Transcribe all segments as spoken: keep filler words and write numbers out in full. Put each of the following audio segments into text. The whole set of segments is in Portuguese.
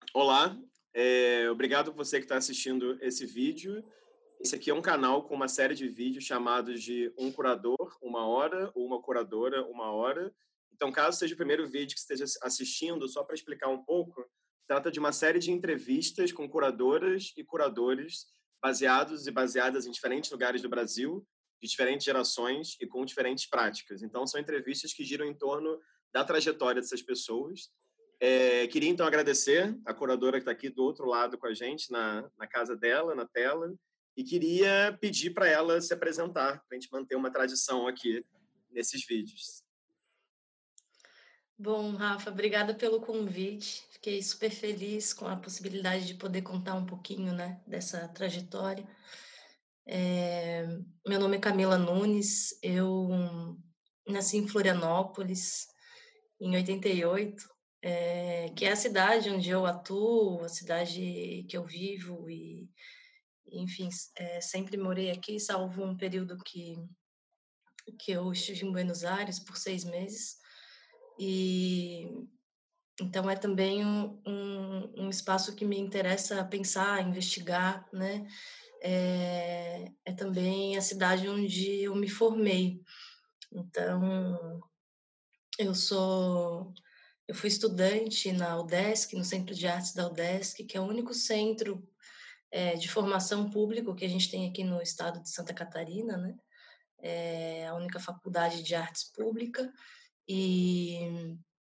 Olá, é, obrigado por você que está assistindo esse vídeo. Esse aqui é um canal com uma série de vídeos chamados de Um Curador, Uma Hora, ou Uma Curadora, Uma Hora. Então, caso seja o primeiro vídeo que você esteja assistindo, só para explicar um pouco, trata de uma série de entrevistas com curadoras e curadores baseados e baseadas em diferentes lugares do Brasil, de diferentes gerações e com diferentes práticas. Então, são entrevistas que giram em torno da trajetória dessas pessoas. É, queria então agradecer a curadora que está aqui do outro lado com a gente, na, na casa dela, na tela, e queria pedir para ela se apresentar, para a gente manter uma tradição aqui nesses vídeos. Bom, Rafa, obrigada pelo convite. Fiquei super feliz com a possibilidade de poder contar um pouquinho, né, dessa trajetória. É, meu nome é Camila Nunes, eu nasci em Florianópolis em oitenta e oito, é, que é a cidade onde eu atuo, a cidade que eu vivo e, enfim, é, sempre morei aqui, salvo um período que, que eu estive em Buenos Aires por seis meses. E então é também um, um, um espaço que me interessa pensar, investigar, né? É, é também a cidade onde eu me formei. Então, eu sou, eu fui estudante na UDESC, no Centro de Artes da UDESC, que é o único centro é, de formação público que a gente tem aqui no estado de Santa Catarina, né? É a única faculdade de artes pública. E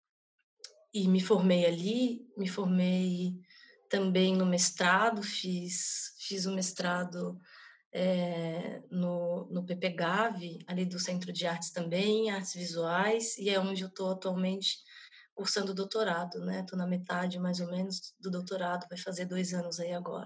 e me formei ali, me formei também no mestrado, fiz, fiz o mestrado é, no, no P P Gave, ali do Centro de Artes também, Artes Visuais, e é onde eu estou atualmente cursando doutorado, né? Estou na metade, mais ou menos, do doutorado, vai fazer dois anos aí agora.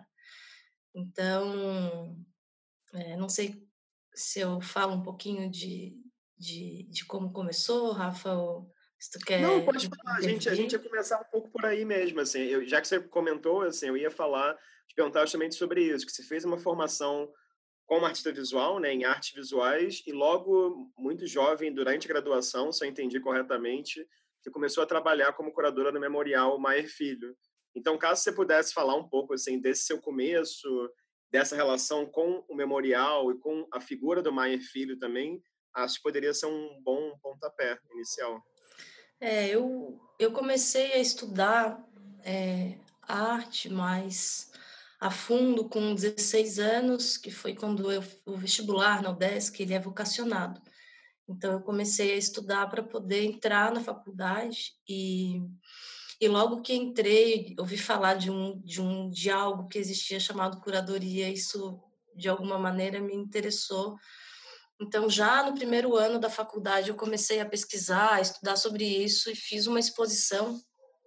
Então, é, não sei se eu falo um pouquinho de, de, de como começou, Rafa, ou se tu Não, quer pode falar. A gente, a gente ia intervir. começar um pouco por aí mesmo. Assim, eu, já que você comentou, assim, eu ia falar, te perguntar justamente sobre isso, que você fez uma formação como artista visual, né, em artes visuais, e logo, muito jovem, durante a graduação, se eu entendi corretamente, você começou a trabalhar como curadora no Memorial Maier Filho. Então, caso você pudesse falar um pouco assim desse seu começo, dessa relação com o Memorial e com a figura do Maier Filho também, acho que poderia ser um bom pontapé inicial. É, eu, eu comecei a estudar é, arte mais a fundo com dezesseis anos, que foi quando eu, o vestibular na UDESC, ele é vocacionado. Então, eu comecei a estudar para poder entrar na faculdade e, e logo que entrei, ouvi falar de um, de um de algo que existia chamado curadoria, isso de alguma maneira me interessou. Então, já no primeiro ano da faculdade, eu comecei a pesquisar, a estudar sobre isso e fiz uma exposição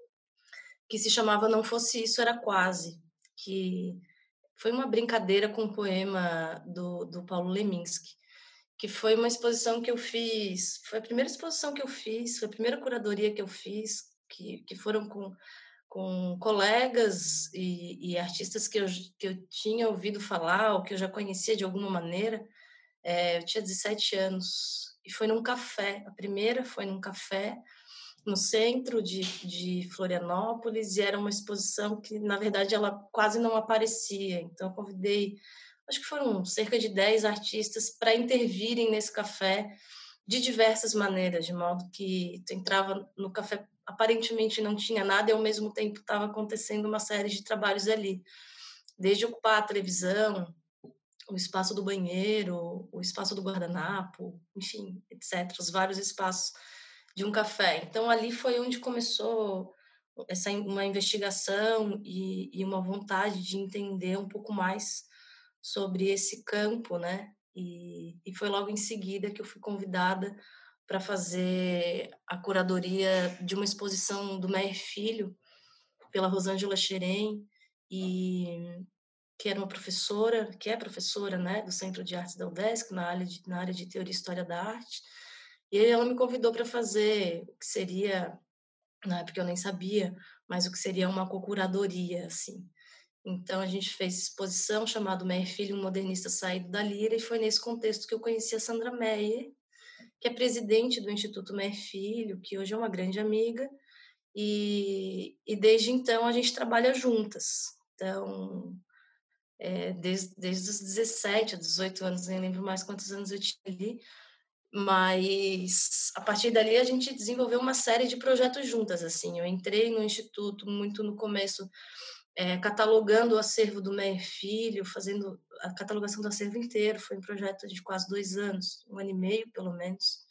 que se chamava Não Fosse Isso, Era Quase, que foi uma brincadeira com um poema do, do Paulo Leminski, que foi uma exposição que eu fiz, foi a primeira exposição que eu fiz, foi a primeira curadoria que eu fiz, que, que foram com, com colegas e, e artistas que eu, que eu tinha ouvido falar ou que eu já conhecia de alguma maneira. É, eu tinha dezessete anos e foi num café. A primeira foi num café no centro de, de Florianópolis e era uma exposição que, na verdade, ela quase não aparecia. Então, eu convidei, acho que foram cerca de dez artistas para intervirem nesse café de diversas maneiras, de modo que tu entrava no café, aparentemente não tinha nada e, ao mesmo tempo, estava acontecendo uma série de trabalhos ali. Desde ocupar a televisão, o espaço do banheiro, o espaço do guardanapo, enfim, etcétera, os vários espaços de um café. Então, ali foi onde começou essa uma investigação e, e uma vontade de entender um pouco mais sobre esse campo, né? E, e foi logo em seguida que eu fui convidada para fazer a curadoria de uma exposição do Meyer Filho, pela Rosângela Xerém, e que era uma professora, que é professora, né, do Centro de Artes da UDESC, na área de, na área de Teoria e História da Arte. E aí ela me convidou para fazer o que seria, na época eu nem sabia, mas o que seria uma cocuradoria, assim. Então a gente fez exposição chamada Meyer Filho, um modernista saído da lira, e foi nesse contexto que eu conheci a Sandra Meyer, que é presidente do Instituto Meyer Filho, que hoje é uma grande amiga, e, e desde então a gente trabalha juntas. Então, é, desde, desde os dezessete, dezoito anos, nem lembro mais quantos anos eu tinha ali, mas a partir dali a gente desenvolveu uma série de projetos juntas, assim. Eu entrei no instituto muito no começo, é, catalogando o acervo do Meyer Filho, fazendo a catalogação do acervo inteiro. Foi um projeto de quase dois anos, um ano e meio pelo menos.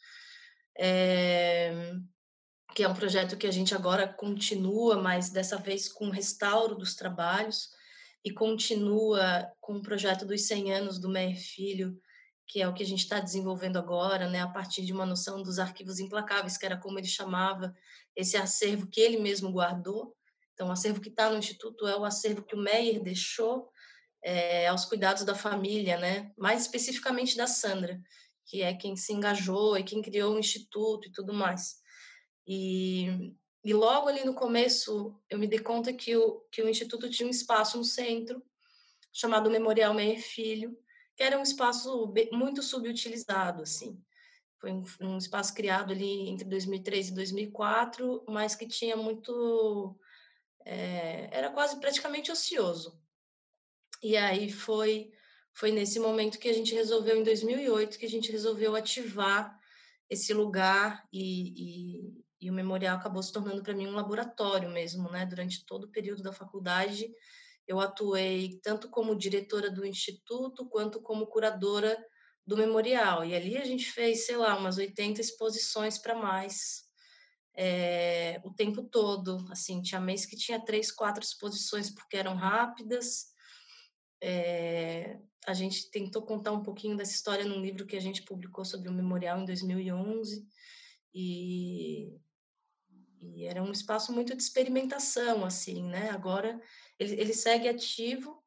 É, que é um projeto que a gente agora continua, mas dessa vez com o restauro dos trabalhos, e continua com o projeto dos cem anos do Meyer Filho, que é o que a gente está desenvolvendo agora, né, a partir de uma noção dos arquivos implacáveis, que era como ele chamava esse acervo que ele mesmo guardou. Então, o acervo que está no Instituto é o acervo que o Meyer deixou é, aos cuidados da família, né, mais especificamente da Sandra, que é quem se engajou e quem criou o Instituto e tudo mais. E, e logo ali no começo, eu me dei conta que o, que o Instituto tinha um espaço no centro, chamado Memorial Meyer Filho, que era um espaço muito subutilizado, assim. Foi um, um espaço criado ali entre dois mil e três e dois mil e quatro, mas que tinha muito... É, era quase praticamente ocioso. E aí foi, foi nesse momento que a gente resolveu, em dois mil e oito, que a gente resolveu ativar esse lugar e, e, e o memorial acabou se tornando para mim um laboratório mesmo, né? Durante todo o período da faculdade, eu atuei tanto como diretora do instituto quanto como curadora do memorial. E ali a gente fez, sei lá, umas oitenta exposições para mais, é, o tempo todo. Assim, tinha mês que tinha três, quatro exposições porque eram rápidas. É, a gente tentou contar um pouquinho dessa história num livro que a gente publicou sobre o memorial em dois mil e onze, e, e era um espaço muito de experimentação, assim, né? Agora ele, ele segue ativo,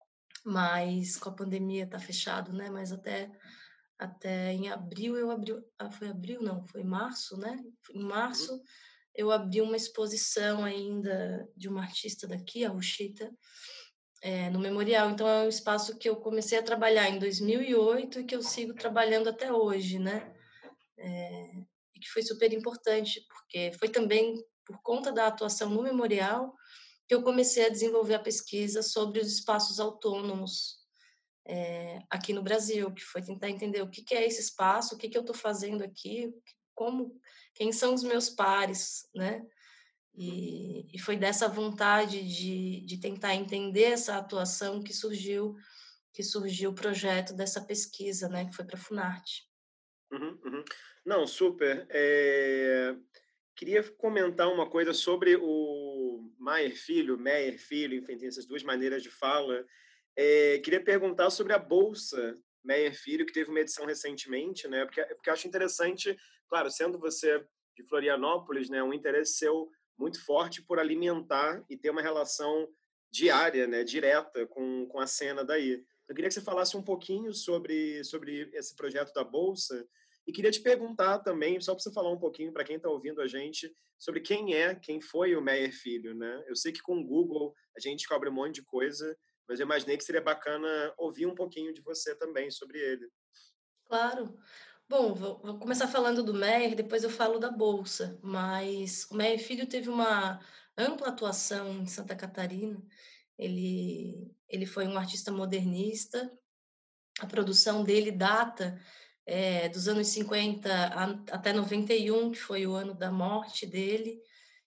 mas com a pandemia está fechado, né? Mas até, até em abril eu abri, ah, foi abril? Não, foi março, né? Em Uhum. março eu abri uma exposição ainda de uma artista daqui, a Rushita, É, no memorial. Então, é um espaço que eu comecei a trabalhar em dois mil e oito e que eu sigo trabalhando até hoje, né? É, e que foi super importante, porque foi também por conta da atuação no memorial que eu comecei a desenvolver a pesquisa sobre os espaços autônomos é, aqui no Brasil, que foi tentar entender o que, que é esse espaço, o que, que eu estou fazendo aqui, como, quem são os meus pares, né? E, e foi dessa vontade de, de tentar entender essa atuação que surgiu que surgiu o projeto dessa pesquisa, né, que foi para a Funarte. Uhum, uhum. Não, super. É, Queria comentar uma coisa sobre o Maier Filho, Meyer Filho, enfim, tem essas duas maneiras de fala. É, queria perguntar sobre a Bolsa Meyer Filho, que teve uma edição recentemente, né? Porque, porque eu acho interessante, claro, sendo você de Florianópolis, né, um interesse seu muito forte por alimentar e ter uma relação diária, né, direta com, com a cena daí. Eu queria que você falasse um pouquinho sobre, sobre esse projeto da Bolsa e queria te perguntar também, só para você falar um pouquinho para quem está ouvindo a gente, sobre quem é, quem foi o Meyer Filho, né? Eu sei que com o Google a gente descobre um monte de coisa, mas eu imaginei que seria bacana ouvir um pouquinho de você também sobre ele. Claro. Bom, vou, vou começar falando do Meyer, depois eu falo da Bolsa, mas o Meyer Filho teve uma ampla atuação em Santa Catarina. Ele, ele foi um artista modernista. A produção dele data é, dos anos cinquenta a, até noventa e um, que foi o ano da morte dele.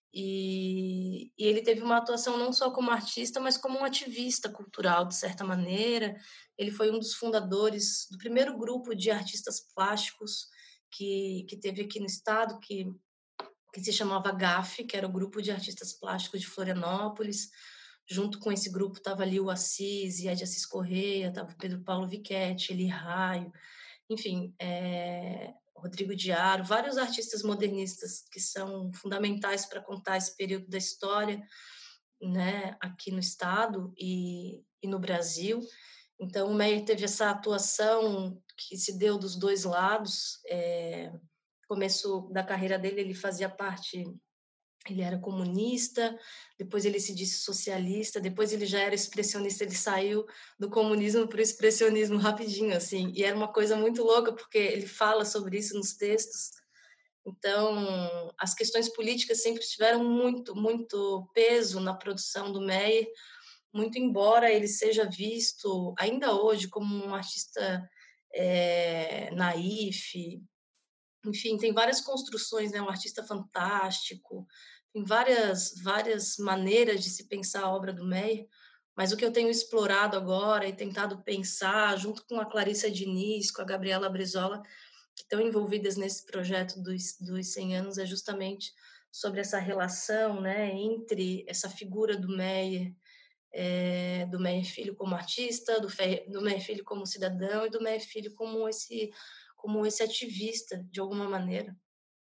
E, e ele teve uma atuação não só como artista, mas como um ativista cultural, de certa maneira. Ele foi um dos fundadores do primeiro grupo de artistas plásticos que, que teve aqui no estado, que, que se chamava G A F, que era o Grupo de Artistas Plásticos de Florianópolis. Junto com esse grupo estava ali o Assis, e de Assis Correia, estava o Pedro Paulo Vichetti, Eli Raio, enfim, é, Rodrigo Diaro, vários artistas modernistas que são fundamentais para contar esse período da história, né, aqui no estado e, e no Brasil. Então, o Meyer teve essa atuação que se deu dos dois lados. É, começo da carreira dele, ele fazia parte, ele era comunista, depois ele se disse socialista, depois ele já era expressionista, ele saiu do comunismo para o expressionismo rapidinho, assim, e era uma coisa muito louca, porque ele fala sobre isso nos textos, Então, as questões políticas sempre tiveram muito, muito peso na produção do Meyer, muito embora ele seja visto ainda hoje como um artista é, naif, enfim, tem várias construções, né? Um artista fantástico, tem várias, várias maneiras de se pensar a obra do Meyer, mas o que eu tenho explorado agora e tentado pensar, junto com a Clarissa Diniz, com a Gabriela Brizola, que estão envolvidas nesse projeto dos, dos cem anos, é justamente sobre essa relação, né, entre essa figura do Meyer, é, do Meyer Filho como artista, do, Fe, do Meyer Filho como cidadão e do Meyer Filho como esse, como esse ativista, de alguma maneira.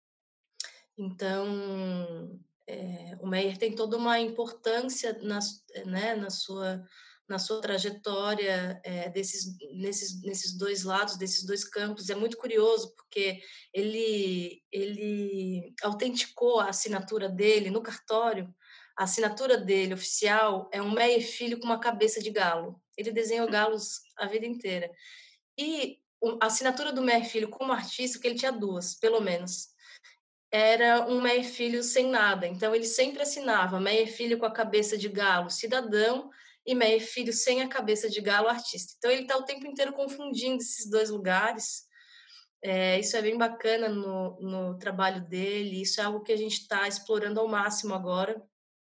Então, é, o Meyer tem toda uma importância na, né, na, sua, na sua trajetória é, desses, nesses, nesses dois lados, desses dois campos. É muito curioso, porque ele, ele autenticou a assinatura dele no cartório. A assinatura dele, oficial, é um Meyer Filho com uma cabeça de galo. Ele desenhou galos a vida inteira. E a assinatura do Meyer Filho como artista, que ele tinha duas, pelo menos, era um Meyer Filho sem nada. Então, ele sempre assinava Meyer Filho com a cabeça de galo, cidadão, e Meyer Filho sem a cabeça de galo, artista. Então, ele está o tempo inteiro confundindo esses dois lugares. É, isso é bem bacana no, no trabalho dele, isso é algo que a gente está explorando ao máximo agora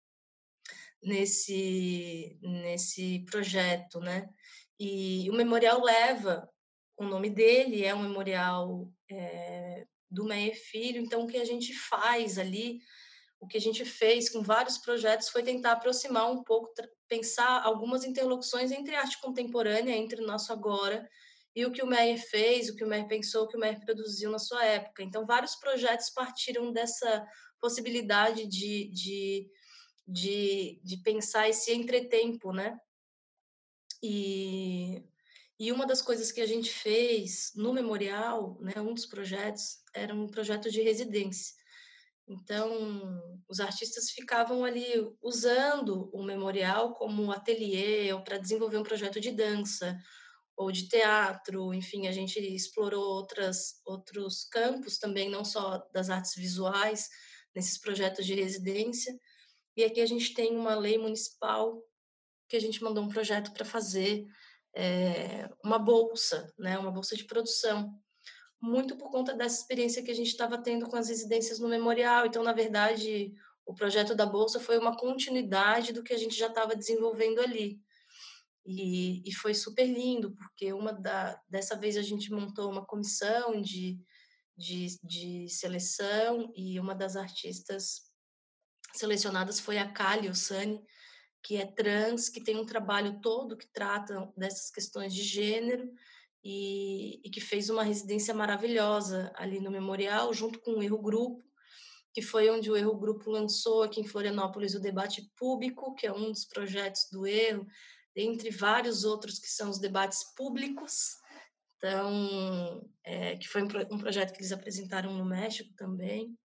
nesse, nesse projeto, né? E o memorial leva o nome dele, é um memorial é, do Meyer Filho, então o que a gente faz ali, o que a gente fez com vários projetos foi tentar aproximar um pouco, pensar algumas interlocuções entre a arte contemporânea, entre o nosso agora, e o que o Meyer fez, o que o Meyer pensou, o que o Meyer produziu na sua época. Então, vários projetos partiram dessa possibilidade de, de, de, de pensar esse entretempo, né? E, e uma das coisas que a gente fez no memorial, né, um dos projetos, era um projeto de residência. Então, os artistas ficavam ali usando o memorial como ateliê ou para desenvolver um projeto de dança ou de teatro. Enfim, a gente explorou outras, outros campos também, não só das artes visuais, nesses projetos de residência. E aqui a gente tem uma lei municipal que a gente mandou um projeto para fazer é, uma bolsa, né, uma bolsa de produção, muito por conta dessa experiência que a gente estava tendo com as residências no memorial. Então, na verdade, o projeto da bolsa foi uma continuidade do que a gente já estava desenvolvendo ali. E, e foi super lindo, porque uma da, dessa vez a gente montou uma comissão de, de, de seleção e uma das artistas selecionadas foi a Kali Ossani, que é trans, que tem um trabalho todo que trata dessas questões de gênero e, e que fez uma residência maravilhosa ali no Memorial, junto com o Erro Grupo, que foi onde o Erro Grupo lançou aqui em Florianópolis o Debate Público, que é um dos projetos do Erro, entre vários outros que são os debates públicos. Então, é, que foi um, um projeto que eles apresentaram no México também.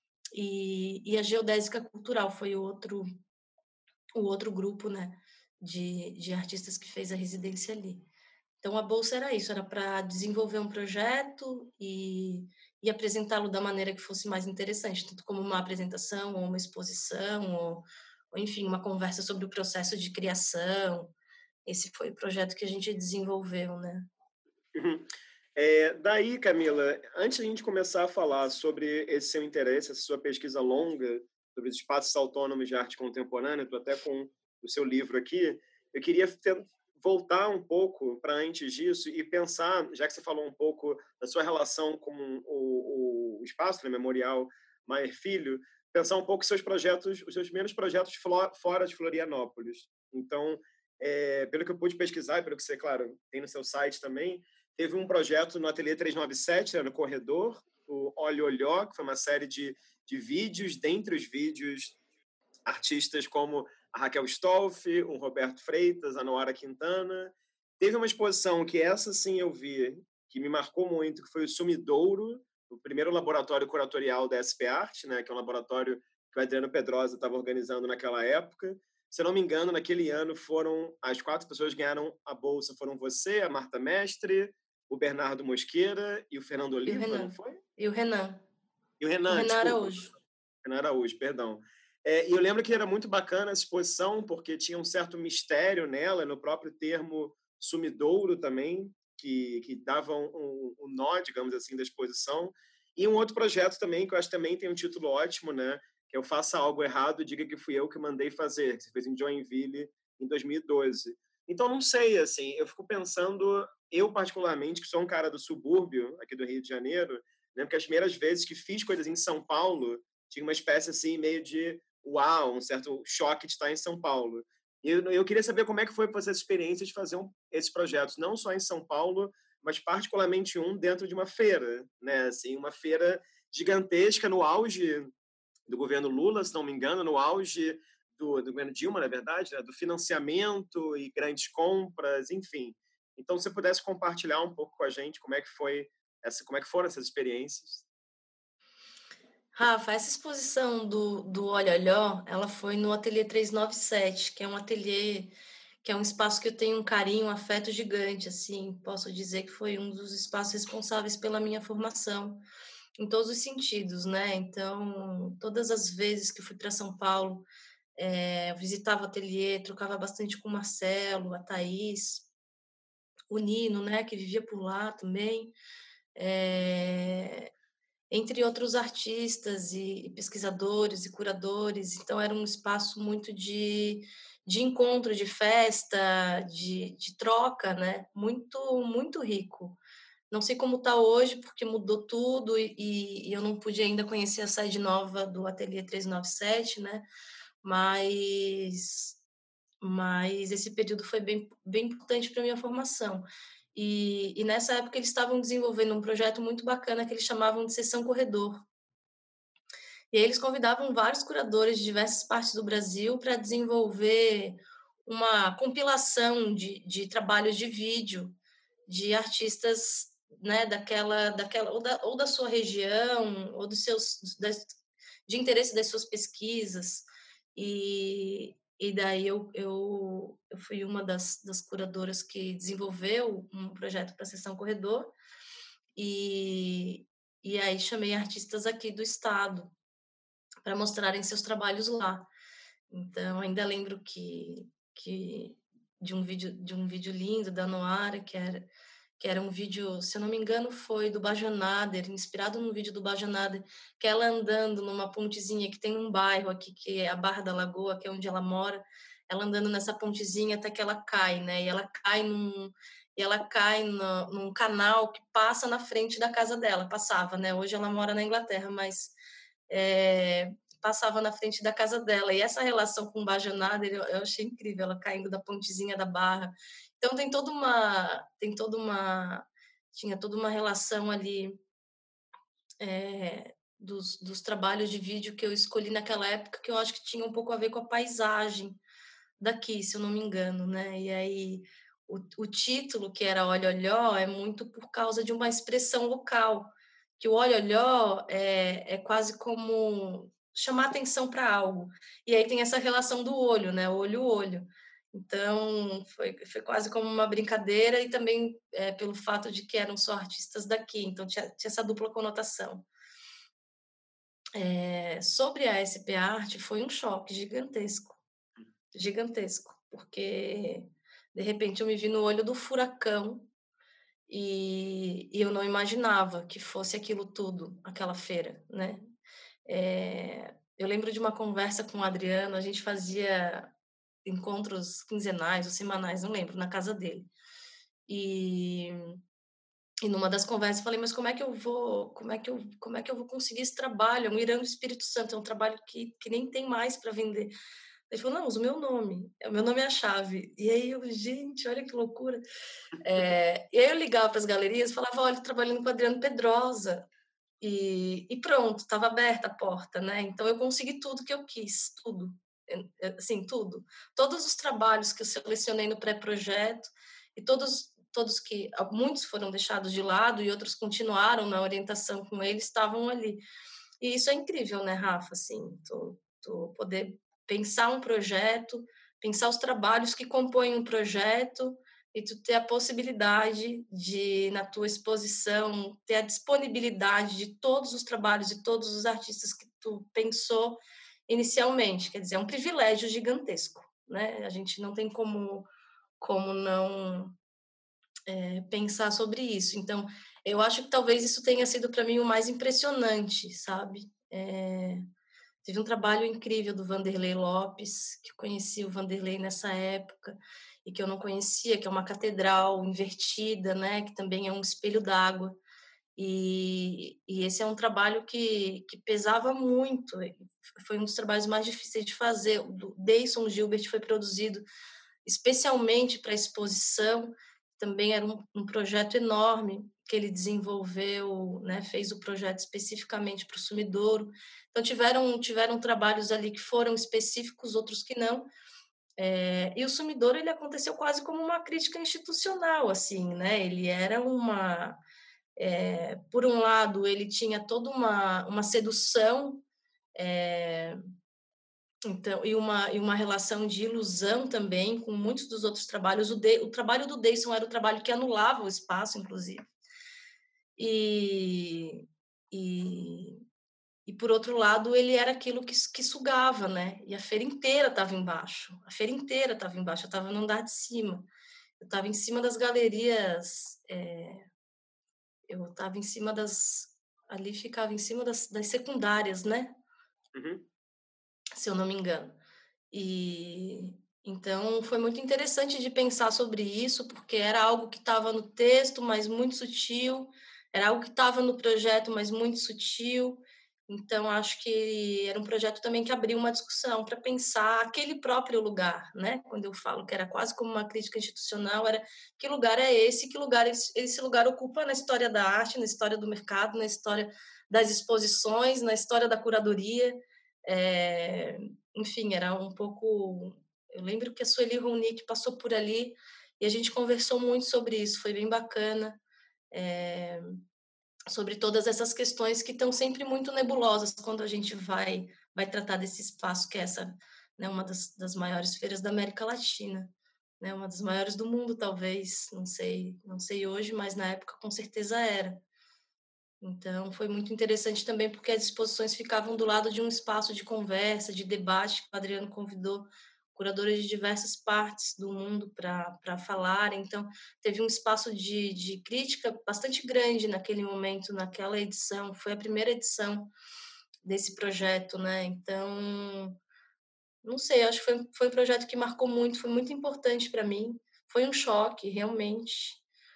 E, e a Geodésica Cultural foi o outro o outro grupo, né, de, de artistas que fez a residência ali. Então, a bolsa era isso, era para desenvolver um projeto e, e apresentá-lo da maneira que fosse mais interessante, tanto como uma apresentação, ou uma exposição, ou, ou, enfim, uma conversa sobre o processo de criação. Esse foi o projeto que a gente desenvolveu, né? Uhum. É, daí, Camila, antes de a gente começar a falar sobre esse seu interesse, essa sua pesquisa longa sobre os espaços autônomos de arte contemporânea, estou até com o seu livro aqui, eu queria ter, voltar um pouco para antes disso e pensar, já que você falou um pouco da sua relação com o, o espaço, né, Memorial Meyer Filho, pensar um pouco os seus projetos, os seus primeiros projetos fora de Florianópolis. Então, é, pelo que eu pude pesquisar, pelo que você, claro, tem no seu site também, teve um projeto no Ateliê trezentos e noventa e sete, no Corredor, o Olho Olhó, que foi uma série de, de vídeos, dentre os vídeos, artistas como a Raquel Stolfi, o Roberto Freitas, a Noara Quintana. Teve uma exposição que essa sim eu vi, que me marcou muito, que foi o Sumidouro, o primeiro laboratório curatorial da S P Art, né, que é um laboratório que o Adriano Pedrosa estava organizando naquela época. Se eu não me engano, naquele ano foram as quatro pessoas que ganharam a bolsa, foram você, a Marta Mestre, o Bernardo Mosqueira e o Fernando Oliva, e o Renan. não foi? E o Renan. E o O Renan, Renan desculpa, Araújo. Renan Araújo, perdão. É, e eu lembro que era muito bacana essa exposição, porque tinha um certo mistério nela, no próprio termo sumidouro também, que, que dava um, um, um nó, digamos assim, da exposição. E um outro projeto também, que eu acho que também tem um título ótimo, né? Que é o Faça Algo Errado, Diga que Fui Eu que Mandei Fazer, que você fez em Joinville em dois mil e doze. Então, não sei, assim, eu fico pensando, eu particularmente, que sou um cara do subúrbio, aqui do Rio de Janeiro, né? Porque as primeiras vezes que fiz coisas em São Paulo, tinha uma espécie assim meio de uau, um certo choque de estar em São Paulo. E eu, eu queria saber como é que foi para essa experiência de fazer um, esses projetos, não só em São Paulo, mas particularmente um dentro de uma feira, né? Assim, uma feira gigantesca no auge do governo Lula, se não me engano, no auge do, do governo Dilma, na verdade, né? Do financiamento e grandes compras, enfim. Então, se você pudesse compartilhar um pouco com a gente como é que foi essa, como é que foram essas experiências? Rafa, essa exposição do, do Olho Olhó, ela foi no Ateliê trezentos e noventa e sete, que é um ateliê, que é um espaço que eu tenho um carinho, um afeto gigante, assim, posso dizer que foi um dos espaços responsáveis pela minha formação, em todos os sentidos, né? Então, todas as vezes que eu fui para São Paulo, é, eu visitava o ateliê, trocava bastante com o Marcelo, a Thaís, o Nino, né, que vivia por lá também, é, entre outros artistas e pesquisadores e curadores. Então, era um espaço muito de, de encontro, de festa, de, de troca, né? Muito, muito rico. Não sei como está hoje, porque mudou tudo e, e, eu não pude ainda conhecer a sede nova do Ateliê trezentos e noventa e sete, né? Mas, mas esse período foi bem, bem importante para a minha formação. E, e nessa época eles estavam desenvolvendo um projeto muito bacana que eles chamavam de Sessão Corredor. E aí eles convidavam vários curadores de diversas partes do Brasil para desenvolver uma compilação de, de trabalhos de vídeo de artistas, né, daquela, daquela ou, da, ou da sua região, ou dos seus, das, de interesse das suas pesquisas. E, e daí eu, eu, eu fui uma das, das curadoras que desenvolveu um projeto para a Sessão Corredor, e, e aí chamei artistas aqui do estado para mostrarem seus trabalhos lá. Então, ainda lembro que, que de um vídeo de um vídeo lindo da Noara, que era que era um vídeo, se eu não me engano, foi do Bajanader, inspirado no vídeo do Bajanader, que é ela andando numa pontezinha que tem um bairro aqui, que é a Barra da Lagoa, que é onde ela mora, ela andando nessa pontezinha até que ela cai, né? E ela cai num, e ela cai no, num canal que passa na frente da casa dela, passava, né? Hoje ela mora na Inglaterra, mas é, passava na frente da casa dela. E essa relação com o Bajanader eu, eu achei incrível, ela caindo da pontezinha da Barra. Então tem toda uma, tem toda uma, tinha toda uma relação ali é, dos, dos trabalhos de vídeo que eu escolhi naquela época, que eu acho que tinha um pouco a ver com a paisagem daqui, se eu não me engano, né? E aí o, o título, que era Olho Olhó, é muito por causa de uma expressão local, que o olho olhó é, é quase como chamar atenção para algo. E aí tem essa relação do olho, né? Olho-olho. Então, foi, foi quase como uma brincadeira e também é, pelo fato de que eram só artistas daqui, então tinha, tinha essa dupla conotação. É, sobre a S P Arte, foi um choque gigantesco, gigantesco, porque de repente eu me vi no olho do furacão e, e eu não imaginava que fosse aquilo tudo, aquela feira, né? É, eu lembro de uma conversa com o Adriano, a gente fazia encontros quinzenais ou semanais, não lembro, na casa dele. E, e numa das conversas eu falei, mas como é que eu vou, como é que eu, como é que eu vou conseguir esse trabalho? É um Irã do Espírito Santo, é um trabalho que, que nem tem mais para vender. Ele falou, não, usa o meu nome, o meu nome é a chave. E aí eu, gente, olha que loucura. É, e aí eu ligava para as galerias e falava, olha, trabalhando com o Adriano Pedrosa. E, e pronto, estava aberta a porta, né? Então eu consegui tudo que eu quis, tudo, assim, tudo. Todos os trabalhos que eu selecionei no pré-projeto e todos, todos que muitos foram deixados de lado e outros continuaram na orientação com ele, estavam ali. E isso é incrível, né, Rafa? Assim, tu, tu poder pensar um projeto, pensar os trabalhos que compõem um projeto e tu ter a possibilidade de, na tua exposição, ter a disponibilidade de todos os trabalhos de todos os artistas que tu pensou inicialmente. Quer dizer, é um privilégio gigantesco, né? A gente não tem como, como não é, pensar sobre isso. Então, eu acho que talvez isso tenha sido para mim o mais impressionante, sabe? É, teve um trabalho incrível do Vanderlei Lopes, que eu conheci o Vanderlei nessa época e que eu não conhecia, que é uma catedral invertida, né? Que também é um espelho d'água. E, e esse é um trabalho que, que pesava muito, foi um dos trabalhos mais difíceis de fazer. O do Deison Gilbert foi produzido especialmente para a exposição, também era um, um projeto enorme que ele desenvolveu, né, fez o projeto especificamente para o Sumidouro. Então tiveram tiveram trabalhos ali que foram específicos, outros que não. É, e o Sumidouro ele aconteceu quase como uma crítica institucional, assim, né? Ele era uma, é, por um lado, ele tinha toda uma uma sedução, é, então, e uma, e uma relação de ilusão também com muitos dos outros trabalhos. O, de, o trabalho do Deison era o trabalho que anulava o espaço, inclusive. E, e, e por outro lado, ele era aquilo que, que sugava, né? E a feira inteira estava embaixo. A feira inteira estava embaixo. Eu estava no andar de cima. Eu estava em cima das galerias. É, eu estava em cima das... Ali ficava em cima das, das secundárias, né? Uhum. Se eu não me engano. E então foi muito interessante de pensar sobre isso, porque era algo que estava no texto, mas muito sutil, era algo que estava no projeto, mas muito sutil. Então acho que era um projeto também que abriu uma discussão para pensar aquele próprio lugar, né? Quando eu falo que era quase como uma crítica institucional, era que lugar é esse, que lugar esse, esse lugar ocupa na história da arte, na história do mercado, na história das exposições, na história da curadoria. É, enfim, era um pouco... Eu lembro que a Sueli Ronick passou por ali e a gente conversou muito sobre isso, foi bem bacana, é, sobre todas essas questões que estão sempre muito nebulosas quando a gente vai, vai tratar desse espaço, que é essa, né, uma das, das maiores feiras da América Latina, né, uma das maiores do mundo, talvez, não sei, não sei hoje, mas na época com certeza era. Então, foi muito interessante também porque as exposições ficavam do lado de um espaço de conversa, de debate, que o Adriano convidou curadores de diversas partes do mundo para falar. Então, teve um espaço de, de crítica bastante grande naquele momento, naquela edição. Foi a primeira edição desse projeto, né? Então, não sei, acho que foi, foi um projeto que marcou muito, foi muito importante para mim. Foi um choque, realmente,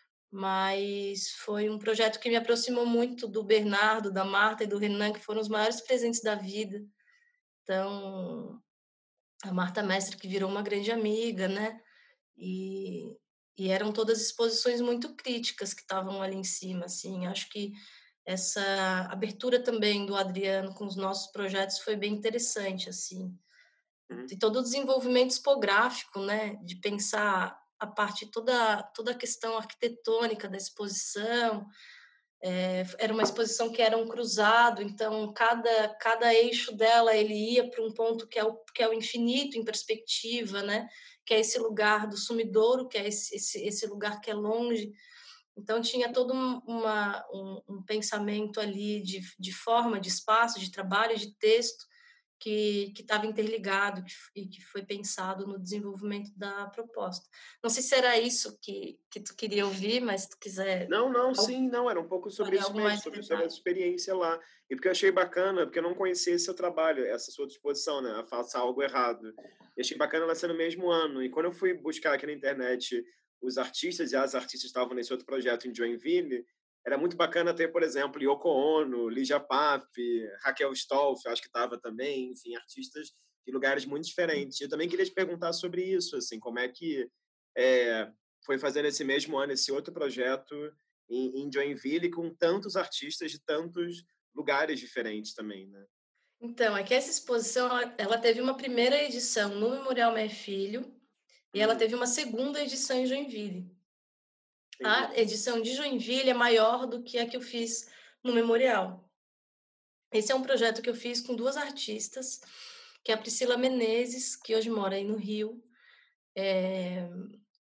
mas foi um projeto que me aproximou muito do Bernardo, da Marta e do Renan, que foram os maiores presentes da vida. Então, a Marta Mestre, que virou uma grande amiga, né? E, e eram todas exposições muito críticas que estavam ali em cima, assim. Acho que essa abertura também do Adriano com os nossos projetos foi bem interessante, assim. Uhum. E todo o desenvolvimento expográfico, né? De pensar a parte toda toda a questão arquitetônica da exposição. É, era uma exposição que era um cruzado, então cada cada eixo dela ele ia para um ponto que é o que é o infinito em perspectiva, né? Que é esse lugar do sumidouro, que é esse esse, esse lugar que é longe. Então tinha todo um, uma, um, um pensamento ali de, de forma, de espaço, de trabalho, de texto que estava interligado que, e que foi pensado no desenvolvimento da proposta. Não sei se era isso que, que tu queria ouvir, mas se tu quiser Não, não, sim, não, era um pouco sobre falar isso algo mesmo, mais em sobre, sobre a detalhe. experiência lá. E porque eu achei bacana, porque eu não conhecia esse seu trabalho, essa sua disposição, né, a faça algo errado. E achei bacana ela ser no mesmo ano. E quando eu fui buscar aqui na internet os artistas, e as artistas estavam nesse outro projeto em Joinville, era muito bacana ter, por exemplo, Yoko Ono, Lígia Pape, Raquel Stolf, acho que estava também, enfim, artistas de lugares muito diferentes. Eu também queria te perguntar sobre isso, assim, como é que é, foi fazendo esse mesmo ano esse outro projeto em, em Joinville com tantos artistas de tantos lugares diferentes também, né? Então, é que essa exposição ela, ela teve uma primeira edição no Memorial Mé Filho e ela Hum, teve uma segunda edição em Joinville. entendi. A edição de Joinville é maior do que a que eu fiz no Memorial. Esse é um projeto que eu fiz com duas artistas, que é a Priscila Menezes, que hoje mora aí no Rio, é,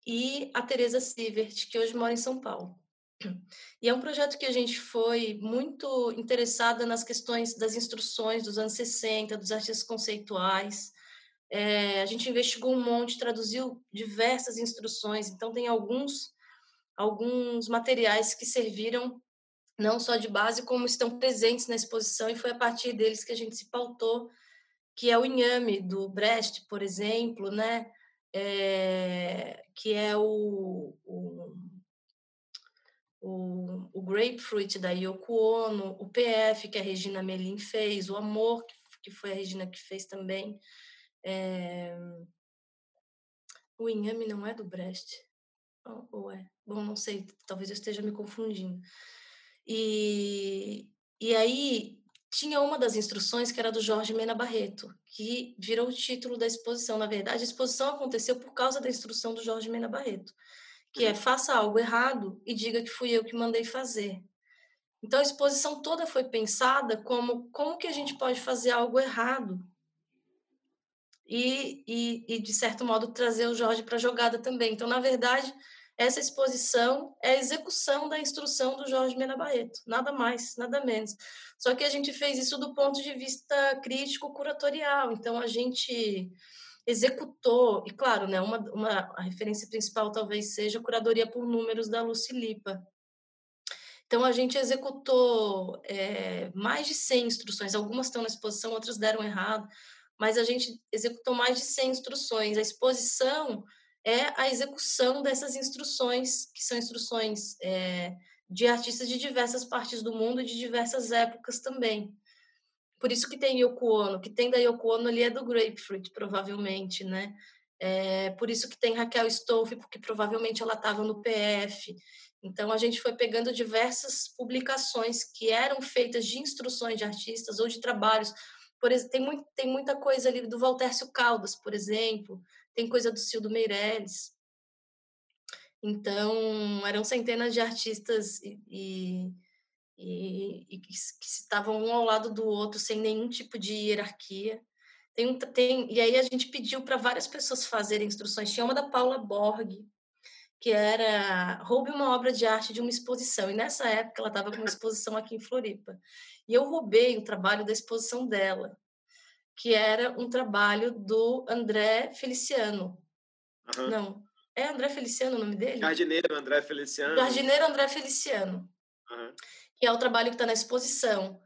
e a Teresa Sievert, que hoje mora em São Paulo. E é um projeto que a gente foi muito interessada nas questões das instruções dos anos sessenta, dos artistas conceituais. É, a gente investigou um monte, traduziu diversas instruções, então tem alguns, alguns materiais que serviram não só de base, como estão presentes na exposição, e foi a partir deles que a gente se pautou, que é o inhame do Brecht, por exemplo, né? É, que é o, o o, o Grapefruit da Yoko Ono, o P F que a Regina Melin fez, o Amor que foi a Regina que fez também. É... O Inhame não é do Brecht? Ou, ou é? Bom, não sei, talvez eu esteja me confundindo. E, e aí tinha uma das instruções que era do Jorge Mena Barreto, que virou o título da exposição. Na verdade, a exposição aconteceu por causa da instrução do Jorge Mena Barreto, que é faça algo errado e diga que fui eu que mandei fazer. Então, a exposição toda foi pensada como como que a gente pode fazer algo errado e, e, e de certo modo, trazer o Jorge para a jogada também. Então, na verdade, essa exposição é a execução da instrução do Jorge Mena Barreto, nada mais, nada menos. Só que a gente fez isso do ponto de vista crítico-curatorial. Então, a gente executou, e claro, né, uma, uma, a referência principal talvez seja a curadoria por números da Lucy Lipa. Então, a gente executou é, mais de cem instruções, algumas estão na exposição, outras deram errado, mas a gente executou mais de cem instruções. A exposição é a execução dessas instruções, que são instruções é, de artistas de diversas partes do mundo e de diversas épocas também. Por isso que tem Yoko Ono, que tem da Yoko Ono ali é do Grapefruit, provavelmente, né? É, por isso que tem Raquel Stolfe, porque provavelmente ela estava no P F. Então, a gente foi pegando diversas publicações que eram feitas de instruções de artistas ou de trabalhos. Por exemplo, tem, muito, tem muita coisa ali do Valtércio Caldas, por exemplo, tem coisa do Cildo Meirelles. Então, eram centenas de artistas e, e, e, e que, que estavam um ao lado do outro, sem nenhum tipo de hierarquia. Tem, tem, e aí a gente pediu para várias pessoas fazerem instruções. Tinha uma da Paula Borg, que era roube uma obra de arte de uma exposição. E nessa época ela estava com uma exposição aqui em Floripa. E eu roubei o trabalho da exposição dela, que era um trabalho do André Feliciano. Uhum. Não, é André Feliciano o nome dele? Jardineiro André Feliciano. Jardineiro André Feliciano, uhum. que é o trabalho que está na exposição.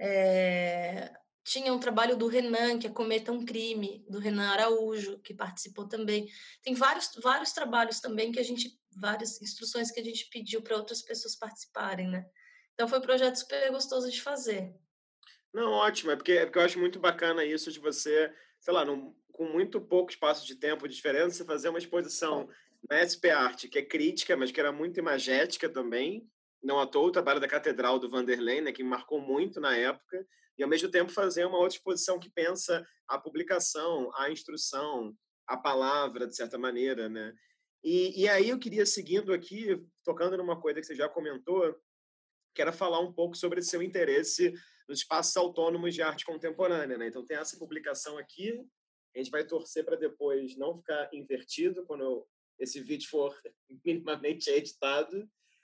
É... Tinha um trabalho do Renan, que é Cometa um Crime, do Renan Araújo, que participou também. Tem vários, vários trabalhos também que a gente, várias instruções que a gente pediu para outras pessoas participarem, né? Então foi um projeto super gostoso de fazer. Não, ótimo, é porque, é porque eu acho muito bacana isso de você, sei lá, num, com muito pouco espaço de tempo de diferença, você fazer uma exposição na S P Arte, que é crítica, mas que era muito imagética também, não à toa o trabalho da Catedral do Vanderlei, né, que me marcou muito na época, e ao mesmo tempo fazer uma outra exposição que pensa a publicação, a instrução, a palavra, de certa maneira, né? E, e aí eu queria, seguindo aqui, tocando numa coisa que você já comentou, que era falar um pouco sobre seu interesse nos espaços autônomos de arte contemporânea, né? Então tem essa publicação aqui, a gente vai torcer para depois não ficar invertido quando eu, esse vídeo for minimamente editado,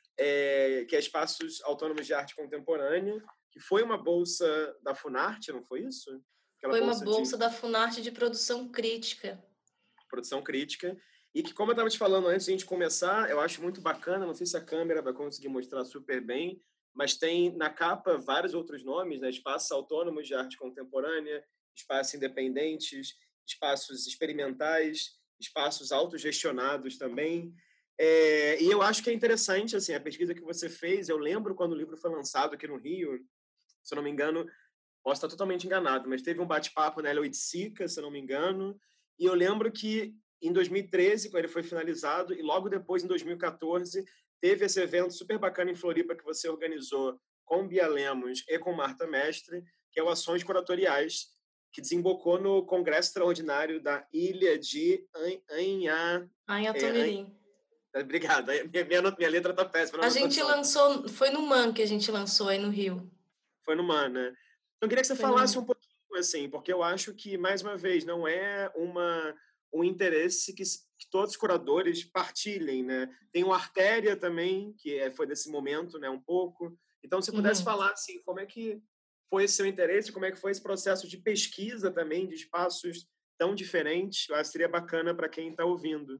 é, que é Espaços Autônomos de Arte Contemporânea, que foi uma bolsa da Funarte, não foi isso? Aquela foi bolsa uma bolsa de... da Funarte de produção crítica. Produção crítica. E que, como eu estava te falando antes de a gente começar, eu acho muito bacana, não sei se a câmera vai conseguir mostrar super bem, mas tem na capa vários outros nomes, né? Espaços autônomos de arte contemporânea, espaços independentes, espaços experimentais, espaços autogestionados também. É, e eu acho que é interessante, assim, a pesquisa que você fez, eu lembro quando o livro foi lançado aqui no Rio, se eu não me engano, posso estar totalmente enganado, mas teve um bate-papo na L oito Sica, se eu não me engano, e eu lembro que em dois mil e treze, quando ele foi finalizado, e logo depois, em dois mil e quatorze, teve esse evento super bacana em Floripa que você organizou com Bia Lemos e com Marta Mestre, que é o Ações Curatoriais, que desembocou no Congresso Extraordinário da Ilha de Anhá... Anhatomirim. É, obrigado. Minha, minha, minha letra está péssima. A gente lançou... Foi no M A N que a gente lançou aí no Rio. Foi no M A N, né? Então, eu queria que você foi falasse um pouquinho, assim, porque eu acho que, mais uma vez, não é uma... um interesse que, que todos os curadores partilhem, né? Tem o Artéria também, que é, foi desse momento, né, um pouco. Então, se pudesse Uhum. falar assim, como é que foi esse seu interesse, como é que foi esse processo de pesquisa também, de espaços tão diferentes, eu acho que seria bacana para quem está ouvindo.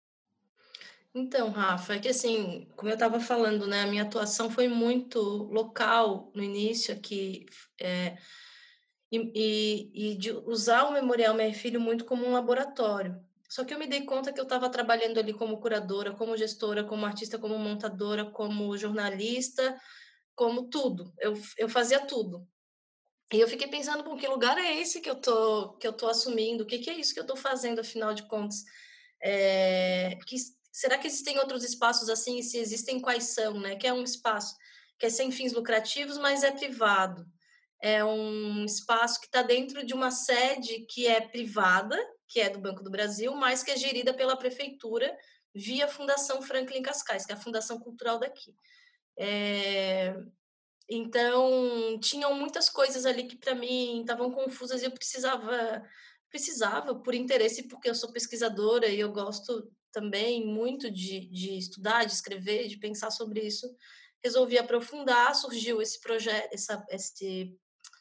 Então, Rafa, é que assim, como eu estava falando, né, a minha atuação foi muito local no início aqui, é, e, e, e de usar o Memorial Meir Filho muito como um laboratório. Só que eu me dei conta que eu estava trabalhando ali como curadora, como gestora, como artista, como montadora, como jornalista, como tudo. Eu, eu fazia tudo. E eu fiquei pensando, bom, que lugar é esse que eu tô, que eu tô assumindo? O que, que é isso que eu estou fazendo, afinal de contas? É, que, será que existem outros espaços assim? E se existem, quais são, né? Que é um espaço que é sem fins lucrativos, mas é privado. É um espaço que está dentro de uma sede que é privada, que é do Banco do Brasil, mas que é gerida pela prefeitura via Fundação Franklin Cascais, que é a fundação cultural daqui. É, então, tinham muitas coisas ali que para mim estavam confusas e eu precisava, precisava por interesse, porque eu sou pesquisadora e eu gosto também muito de, de estudar, de escrever, de pensar sobre isso. Resolvi aprofundar, surgiu esse projeto, essa, esse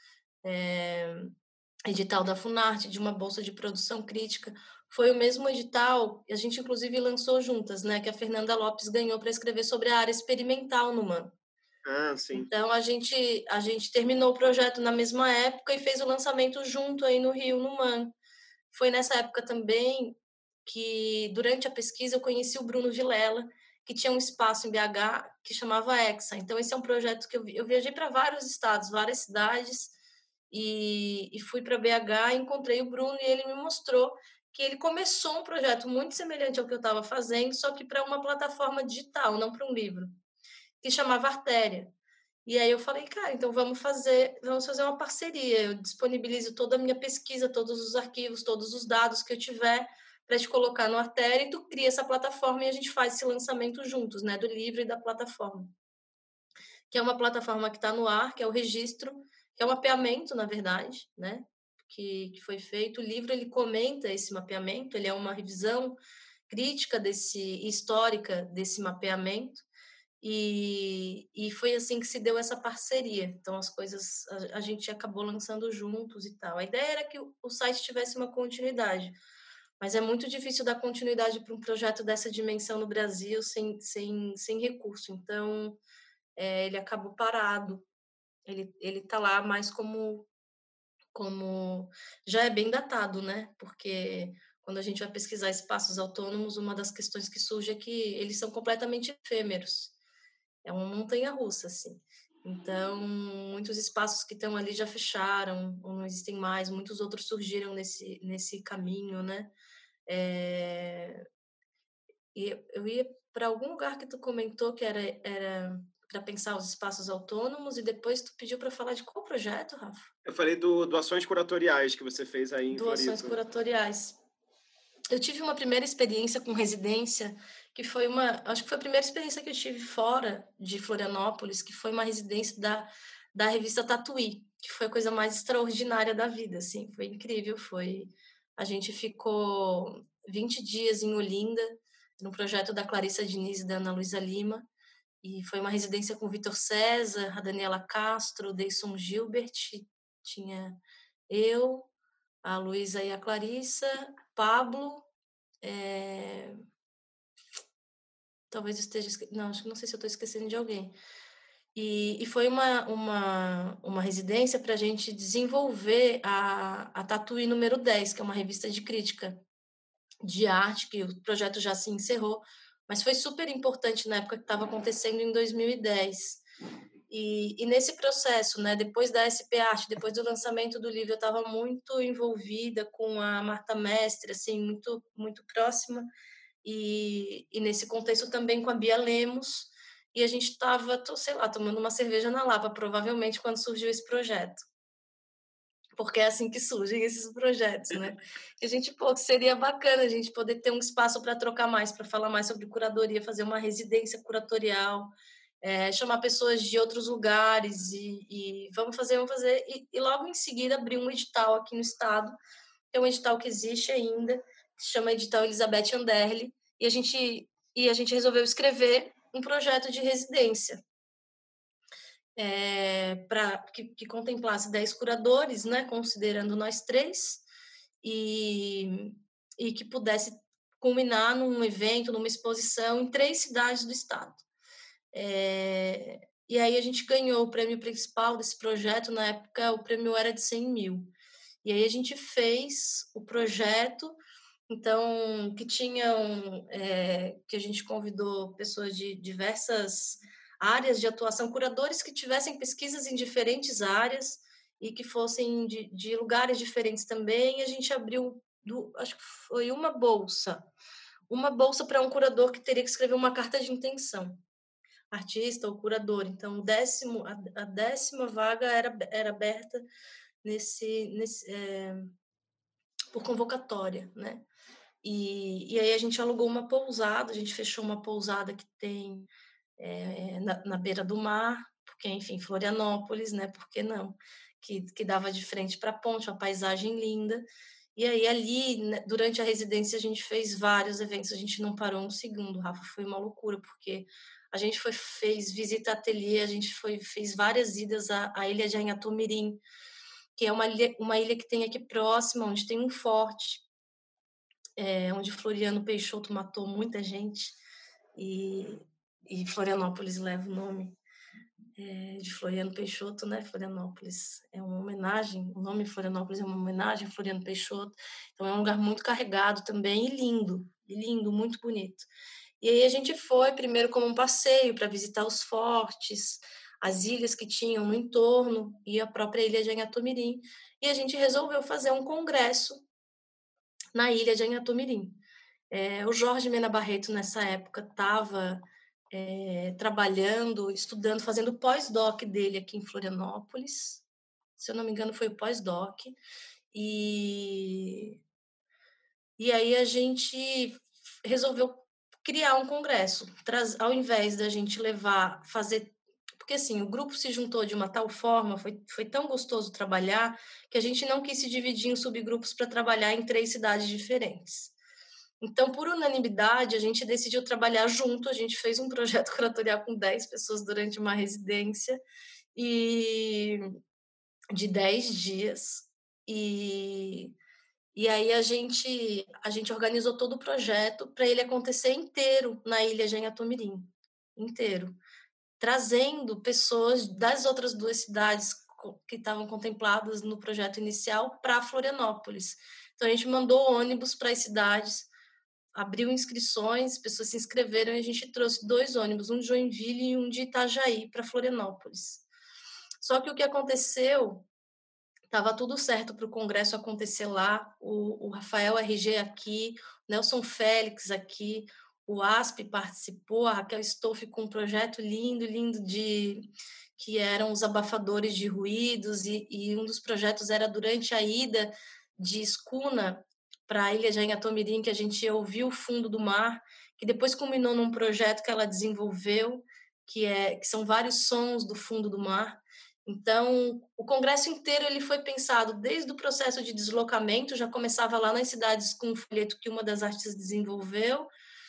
é, edital da Funarte, de uma bolsa de produção crítica. Foi o mesmo edital, a gente inclusive lançou juntas, né, que a Fernanda Lopes ganhou para escrever sobre a área experimental no M A N. Ah, sim. Então, a gente, a gente terminou o projeto na mesma época e fez o lançamento junto aí no Rio, no M A N. Foi nessa época também que, durante a pesquisa, eu conheci o Bruno Vilela, que tinha um espaço em B H que chamava Hexa. Então, esse é um projeto que eu, eu viajei para vários estados, várias cidades, e, e fui para B H, encontrei o Bruno e ele me mostrou que ele começou um projeto muito semelhante ao que eu estava fazendo, só que para uma plataforma digital, não para um livro, que chamava Artéria. E aí eu falei, cara, então vamos fazer, vamos fazer uma parceria. Eu disponibilizo toda a minha pesquisa, todos os arquivos, todos os dados que eu tiver para te colocar no Artéria e tu cria essa plataforma e a gente faz esse lançamento juntos, né, do livro e da plataforma. Que é uma plataforma que está no ar, que é o registro, que é um mapeamento, na verdade, né, que, que foi feito. O livro, ele comenta esse mapeamento, ele é uma revisão crítica desse, histórica desse mapeamento. E, e foi assim que se deu essa parceria. Então, as coisas a, a gente acabou lançando juntos e tal. A ideia era que o, o site tivesse uma continuidade, mas é muito difícil dar continuidade para um projeto dessa dimensão no Brasil sem, sem, sem recurso. Então, é, ele acabou parado. Ele ele está lá mais como, como. Já é bem datado, né? Porque quando a gente vai pesquisar espaços autônomos, uma das questões que surge é que eles são completamente efêmeros. É uma montanha-russa, assim. Então, muitos espaços que estão ali já fecharam, ou não existem mais, muitos outros surgiram nesse, nesse caminho, né? É... E eu ia para algum lugar que tu comentou que era, era para pensar os espaços autônomos, e depois tu pediu para falar de qual projeto, Rafa? Eu falei do, do Ações Curatoriais que você fez aí em Doações Floripa. curatoriais. Eu tive uma primeira experiência com residência, que foi uma, acho que foi a primeira experiência que eu tive fora de Florianópolis, que foi uma residência da, da revista Tatuí, que foi a coisa mais extraordinária da vida, assim, foi incrível, foi, a gente ficou vinte dias em Olinda, no projeto da Clarissa Diniz e da Ana Luísa Lima, e foi uma residência com Vitor César, a Daniela Castro, o Deison Gilbert, tinha eu, a Luísa e a Clarissa, Pablo, é... talvez eu esteja esque... não, acho que não sei se eu estou esquecendo de alguém. E, e foi uma, uma, uma residência para a gente desenvolver a, a Tatuí número dez, que é uma revista de crítica de arte, que o projeto já se encerrou, mas foi super importante na época que estava acontecendo em dois mil e dez. E, e nesse processo, né, depois da S P Arte, depois do lançamento do livro, eu estava muito envolvida com a Marta Mestre, assim, muito, muito próxima, e, e nesse contexto também com a Bia Lemos, e a gente estava, sei lá, tomando uma cerveja na Lapa, provavelmente, quando surgiu esse projeto. Porque é assim que surgem esses projetos, né? E a gente, pô, seria bacana a gente poder ter um espaço para trocar mais, para falar mais sobre curadoria, fazer uma residência curatorial, é, chamar pessoas de outros lugares e, e vamos fazer, vamos fazer. E, e logo em seguida abrir um edital aqui no estado, que é um edital que existe ainda, que se chama Edital Elizabeth Anderle, e a gente, e a gente resolveu escrever um projeto de residência é, para que, que contemplasse dez curadores, né, considerando nós três, e, e que pudesse culminar num evento, numa exposição em três cidades do estado. É, e aí a gente ganhou o prêmio principal desse projeto, na época o prêmio era de cem mil. E aí a gente fez o projeto, então, que tinham, é, que a gente convidou pessoas de diversas áreas de atuação, curadores que tivessem pesquisas em diferentes áreas e que fossem de, de lugares diferentes também. E a gente abriu, do, acho que foi uma bolsa, uma bolsa para um curador que teria que escrever uma carta de intenção, artista ou curador. Então, o décimo, a, a décima vaga era, era aberta nesse, nesse é, por convocatória, né? E, e aí a gente alugou uma pousada, a gente fechou uma pousada que tem é, na, na beira do mar, porque, enfim, Florianópolis, né? Por que não? Que, que dava de frente para a ponte, uma paisagem linda. E aí, ali, né, durante a residência, a gente fez vários eventos, a gente não parou um segundo, Rafa, foi uma loucura, porque a gente foi, fez visita ateliê, a gente foi, fez várias idas à, à ilha de Anhatomirim, que é uma ilha, uma ilha que tem aqui próxima, onde tem um forte, é, onde Floriano Peixoto matou muita gente, e, e Florianópolis leva o nome é, de Floriano Peixoto, né? Florianópolis é uma homenagem, o nome Florianópolis é uma homenagem a Floriano Peixoto, então é um lugar muito carregado também e lindo, e lindo, muito bonito. E aí a gente foi primeiro como um passeio para visitar os fortes, as ilhas que tinham no entorno e a própria ilha de Anhatomirim, e a gente resolveu fazer um congresso na ilha de Anhatomirim. É, o Jorge Mena Barreto, nessa época, estava é, trabalhando, estudando, fazendo o pós-doc dele aqui em Florianópolis. Se eu não me engano, foi o pós-doc. E, e aí a gente resolveu criar um congresso, traz, ao invés da gente levar, fazer... Porque, assim, o grupo se juntou de uma tal forma, foi, foi tão gostoso trabalhar, que a gente não quis se dividir em subgrupos para trabalhar em três cidades diferentes. Então, por unanimidade, a gente decidiu trabalhar junto, a gente fez um projeto curatorial com dez pessoas durante uma residência e de dez dias. E, e aí a gente, a gente organizou todo o projeto para ele acontecer inteiro na ilha de Anhatomirim, inteiro, trazendo pessoas das outras duas cidades que estavam contempladas no projeto inicial para Florianópolis. Então, a gente mandou ônibus para as cidades, abriu inscrições, pessoas se inscreveram e a gente trouxe dois ônibus, um de Joinville e um de Itajaí para Florianópolis. Só que o que aconteceu, estava tudo certo para o congresso acontecer lá, o, o Rafael R G aqui, o Nelson Félix aqui, o ASP participou, a Raquel Stoff com um projeto lindo, lindo de que eram os abafadores de ruídos, e, e um dos projetos era durante a ida de escuna para a ilha de Anhatomirim, que a gente ia ouvir o fundo do mar, que depois culminou num projeto que ela desenvolveu, que, é, que são vários sons do fundo do mar. Então, o congresso inteiro ele foi pensado desde o processo de deslocamento, já começava lá nas cidades com um folheto que uma das artistas desenvolveu,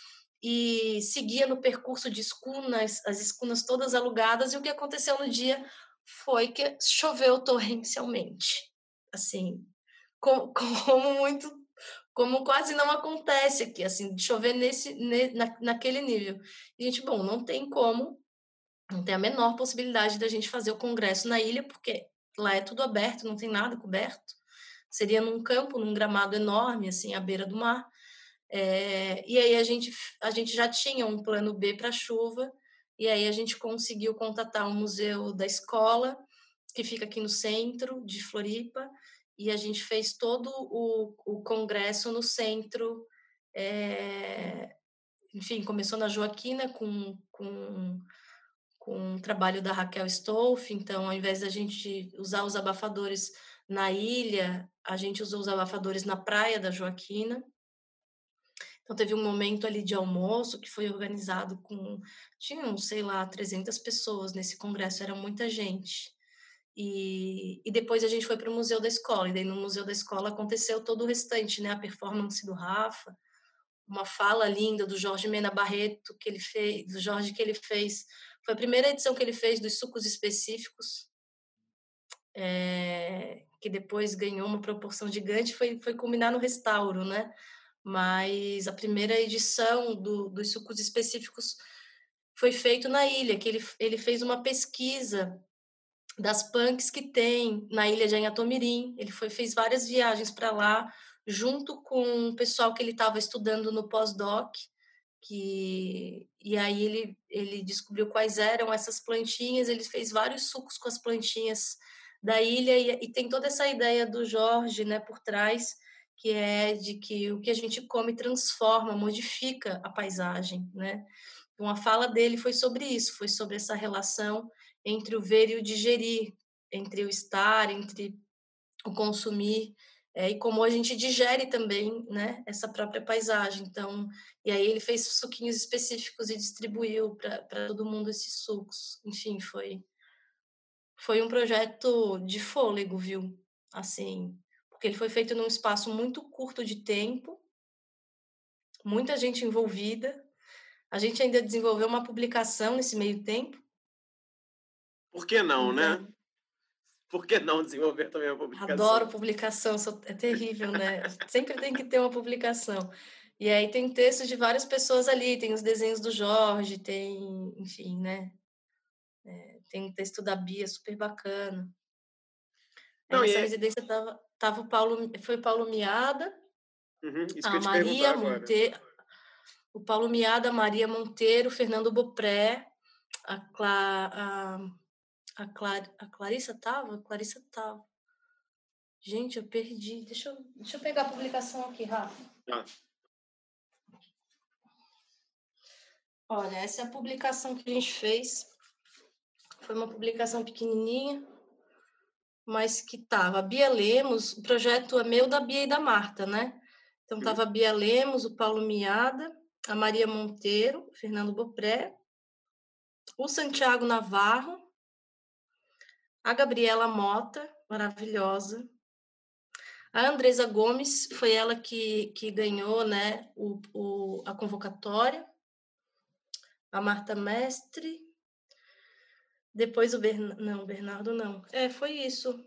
e seguia no percurso de escunas, as escunas todas alugadas, e o que aconteceu no dia foi que choveu torrencialmente. Assim, como, como muito, como quase não acontece aqui, assim, de chover nesse, na, naquele nível. E, gente, bom, não tem como, não tem a menor possibilidade da gente fazer o congresso na ilha, porque lá é tudo aberto, não tem nada coberto. Seria num campo, num gramado enorme, assim, à beira do mar. É, e aí a gente, a gente já tinha um plano B para chuva, e aí a gente conseguiu contatar o museu da escola, que fica aqui no centro de Floripa, e a gente fez todo o, o congresso no centro. É, enfim, começou na Joaquina com, com, com o trabalho da Raquel Stolf, então ao invés da gente usar os abafadores na ilha, a gente usou os abafadores na praia da Joaquina. Então, teve um momento ali de almoço que foi organizado com... Tinham, sei lá, trezentas pessoas nesse congresso, era muita gente. E, e depois a gente foi para o Museu da Escola, e daí no Museu da Escola aconteceu todo o restante, né? A performance do Rafa, uma fala linda do Jorge Mena Barreto, que ele fez, do Jorge que ele fez. Foi a primeira edição que ele fez dos sucos específicos, é, que depois ganhou uma proporção gigante, foi, foi culminar no restauro, né? Mas a primeira edição do, dos sucos específicos foi feito na ilha, que ele, ele fez uma pesquisa das punks que tem na ilha de Anhatomirim. Ele foi, fez várias viagens para lá, junto com o pessoal que ele estava estudando no pós-doc, que e aí ele, ele descobriu quais eram essas plantinhas, ele fez vários sucos com as plantinhas da ilha, e, e tem toda essa ideia do Jorge, né, por trás, que é de que o que a gente come transforma, modifica a paisagem, né? Então, a fala dele foi sobre isso, foi sobre essa relação entre o ver e o digerir, entre o estar, entre o consumir, é, e como a gente digere também, né, essa própria paisagem. Então, e aí ele fez suquinhos específicos e distribuiu para todo mundo esses sucos. Enfim, foi foi um projeto de fôlego, viu? Assim, porque ele foi feito num espaço muito curto de tempo, muita gente envolvida. A gente ainda desenvolveu uma publicação nesse meio tempo. Por que não, né? Então, Por que não desenvolver também a adoro publicação? publicação, sou- é terrível, né? Sempre tem que ter uma publicação. E aí tem textos de várias pessoas ali, tem os desenhos do Jorge, tem, enfim, né? Tem um texto da Bia super bacana. Aí Não, e nessa é... residência tava, tava o Paulo, foi o Paulo Miada, Uhum, isso que eu a ia te perguntar Maria agora. Monteiro, o Paulo Miada, a Maria Monteiro, o Fernando Bopré, a, Cla, a, a, Clar, a Clarissa tava? A Clarissa tava. Gente, eu perdi. Deixa eu, deixa eu pegar a publicação aqui, Rafa. Ah. Olha, essa é a publicação que a gente fez. Foi uma publicação pequenininha, mas que tava a Bia Lemos, o projeto é meu, da Bia e da Marta, né? Então tava a Bia Lemos, o Paulo Miada, a Maria Monteiro, o Fernando Bopré, o Santiago Navarro, a Gabriela Mota, maravilhosa, a Andresa Gomes, foi ela que, que ganhou, né, o, o, a convocatória, a Marta Mestre, depois o Bernardo, não, Bernardo não, é, foi isso.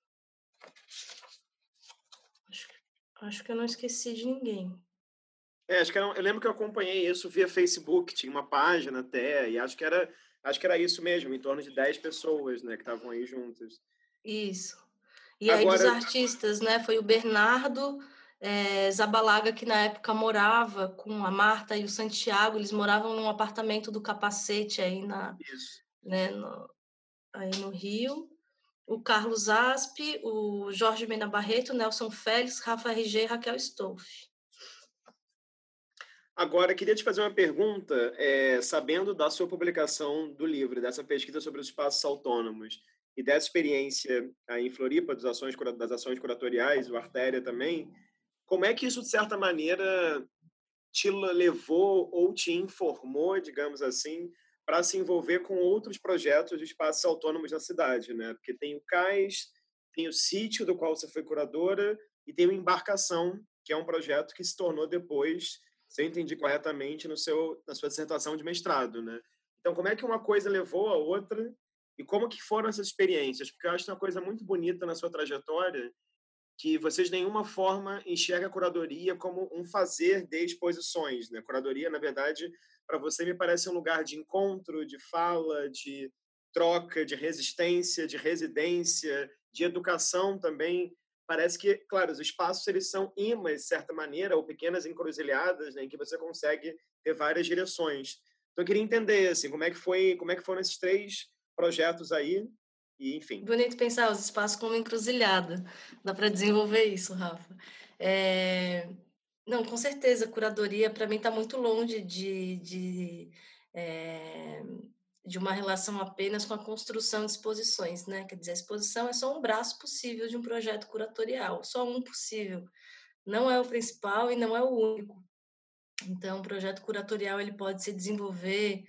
Acho, acho que eu não esqueci de ninguém. É, acho que era, eu lembro que eu acompanhei isso via Facebook, tinha uma página até, e acho que era, acho que era isso mesmo, em torno de dez pessoas, né, que estavam aí juntas. Isso. E aí dos Agora, artistas, né, foi o Bernardo é, Zabalaga, que na época morava com a Marta e o Santiago, eles moravam num apartamento do Capacete aí, na, isso. né, no, aí no Rio. O Carlos Aspe, o Jorge Mena Barreto, Nelson Félix, Rafa R G e Raquel Stolf. Agora, queria te fazer uma pergunta, é, sabendo da sua publicação do livro, dessa pesquisa sobre os espaços autônomos e dessa experiência aí em Floripa, das ações, das ações curatoriais, o Artéria também, como é que isso, de certa maneira, te levou ou te informou, digamos assim, para se envolver com outros projetos de espaços autônomos na cidade, né? Porque tem o Cais, tem o Sítio, do qual você foi curadora, e tem o Embarcação, que é um projeto que se tornou depois, se eu entendi corretamente, no seu, na sua dissertação de mestrado, né? Então, como é que uma coisa levou a outra e como que foram essas experiências? Porque eu acho uma coisa muito bonita na sua trajetória, que vocês de nenhuma forma enxergam a curadoria como um fazer de exposições, né? Curadoria, na verdade, para você me parece um lugar de encontro, de fala, de troca, de resistência, de residência, de educação também. Parece que, claro, os espaços eles são imãs, de certa maneira, ou pequenas encruzilhadas, né, em que você consegue ter várias direções. Então, eu queria entender assim, como é que foi, como é que foram esses três projetos aí, e enfim. Bonito pensar os espaços como encruzilhada. Dá para desenvolver isso, Rafa. É... Não, com certeza, curadoria para mim está muito longe de, de, é... de uma relação apenas com a construção de exposições, né? Quer dizer, a exposição é só um braço possível de um projeto curatorial, só um possível. Não é o principal e não é o único. Então, o projeto curatorial ele pode se desenvolver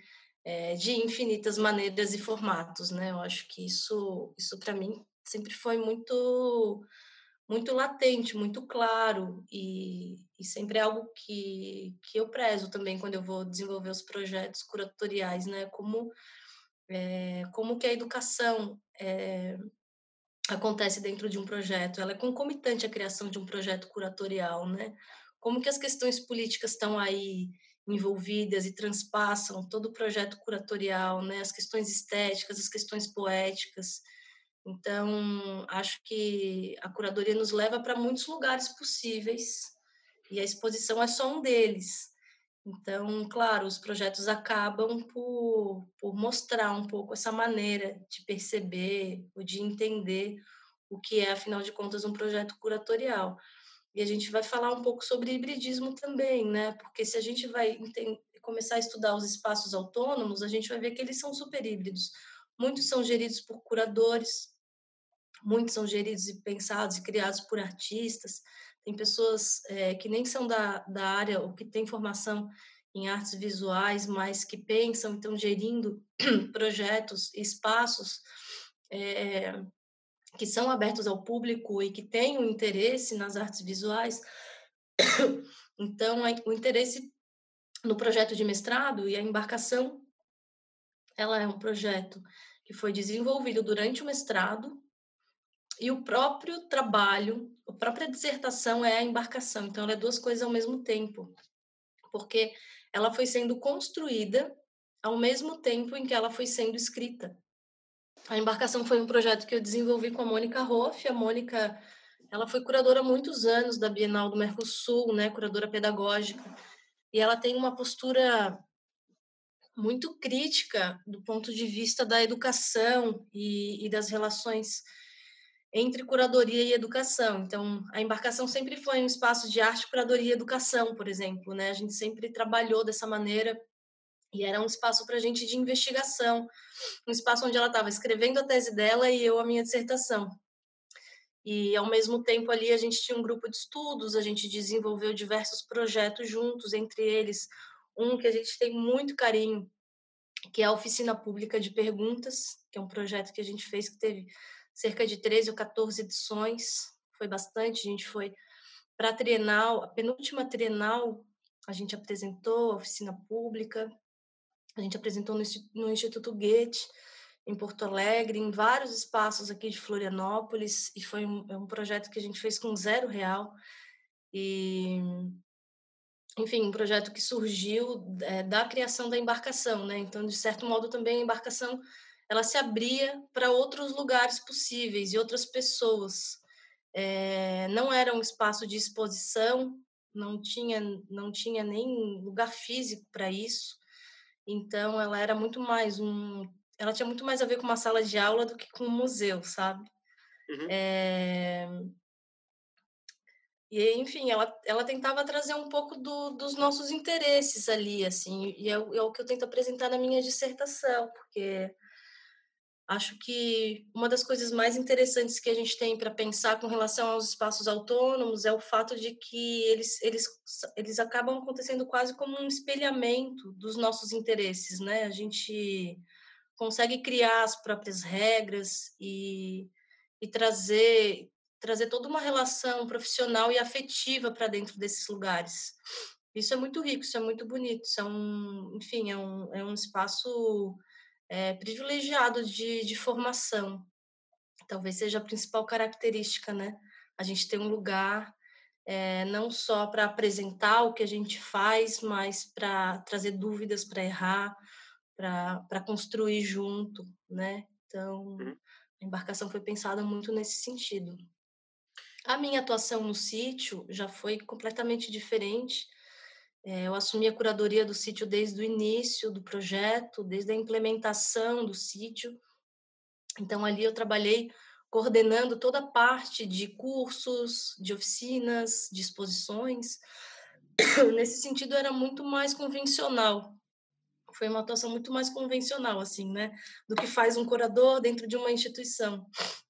é, de infinitas maneiras e formatos, né? Eu acho que isso, isso para mim sempre foi muito, muito latente, muito claro e, e sempre é algo que, que eu prezo também quando eu vou desenvolver os projetos curatoriais, né? Como, é, como que a educação é, acontece dentro de um projeto, ela é concomitante à criação de um projeto curatorial, né? Como que as questões políticas estão aí envolvidas e transpassam todo o projeto curatorial, né? As questões estéticas, as questões poéticas. Então, acho que a curadoria nos leva para muitos lugares possíveis e a exposição é só um deles. Então, claro, os projetos acabam por, por mostrar um pouco essa maneira de perceber ou de entender o que é, afinal de contas, um projeto curatorial. E a gente vai falar um pouco sobre hibridismo também, né? Porque se a gente vai entender, começar a estudar os espaços autônomos, a gente vai ver que eles são super híbridos. Muitos são geridos por curadores, muitos são geridos e pensados e criados por artistas. Tem pessoas é, que nem são da, da área ou que têm formação em artes visuais, mas que pensam e estão gerindo projetos, espaços é, que são abertos ao público e que têm um interesse nas artes visuais. Então, o interesse no projeto de mestrado e a embarcação, ela é um projeto que foi desenvolvido durante o mestrado e o próprio trabalho, a própria dissertação é a embarcação. Então, ela é duas coisas ao mesmo tempo, porque ela foi sendo construída ao mesmo tempo em que ela foi sendo escrita. A embarcação foi um projeto que eu desenvolvi com a Mônica Hoff. A Mônica, ela foi curadora há muitos anos da Bienal do Mercosul, né, curadora pedagógica, e ela tem uma postura muito crítica do ponto de vista da educação e, e das relações entre curadoria e educação. Então, a embarcação sempre foi um espaço de arte, curadoria e educação, por exemplo, né? A gente sempre trabalhou dessa maneira e era um espaço para a gente de investigação, um espaço onde ela estava escrevendo a tese dela e eu a minha dissertação. E, ao mesmo tempo, ali a gente tinha um grupo de estudos, a gente desenvolveu diversos projetos juntos, entre eles um que a gente tem muito carinho, que é a Oficina Pública de Perguntas, que é um projeto que a gente fez que teve cerca de treze ou quatorze edições, foi bastante, a gente foi para a Trienal, a penúltima Trienal, a gente apresentou a Oficina Pública, a gente apresentou no Instituto Goethe, em Porto Alegre, em vários espaços aqui de Florianópolis, e foi um, é um projeto que a gente fez com zero real, e, enfim, um projeto que surgiu é, da criação da embarcação, né? Então, de certo modo, também a embarcação ela se abria para outros lugares possíveis e outras pessoas. É, não era um espaço de exposição, não tinha, não tinha nem lugar físico para isso, então ela era muito mais um, ela tinha muito mais a ver com uma sala de aula do que com um museu, sabe? Uhum. É, e enfim, ela, ela tentava trazer um pouco do, dos nossos interesses ali, assim, e é, o- é o que eu tento apresentar na minha dissertação, porque acho que uma das coisas mais interessantes que a gente tem para pensar com relação aos espaços autônomos é o fato de que eles, eles, eles acabam acontecendo quase como um espelhamento dos nossos interesses, né? A gente consegue criar as próprias regras e, e trazer, trazer toda uma relação profissional e afetiva para dentro desses lugares. Isso é muito rico, isso é muito bonito, isso é um, enfim, é um, é um espaço é, privilegiado de, de formação. Talvez seja a principal característica, né? A gente tem um lugar é, não só para apresentar o que a gente faz, mas para trazer dúvidas, para errar, para construir junto, né? Então, Uhum. a embarcação foi pensada muito nesse sentido. A minha atuação no sítio já foi completamente diferente. Eu assumi a curadoria do sítio desde o início do projeto, desde a implementação do sítio. Então, ali eu trabalhei coordenando toda a parte de cursos, de oficinas, de exposições. Nesse sentido, era muito mais convencional. Foi uma atuação muito mais convencional, assim, né? Do que faz um curador dentro de uma instituição.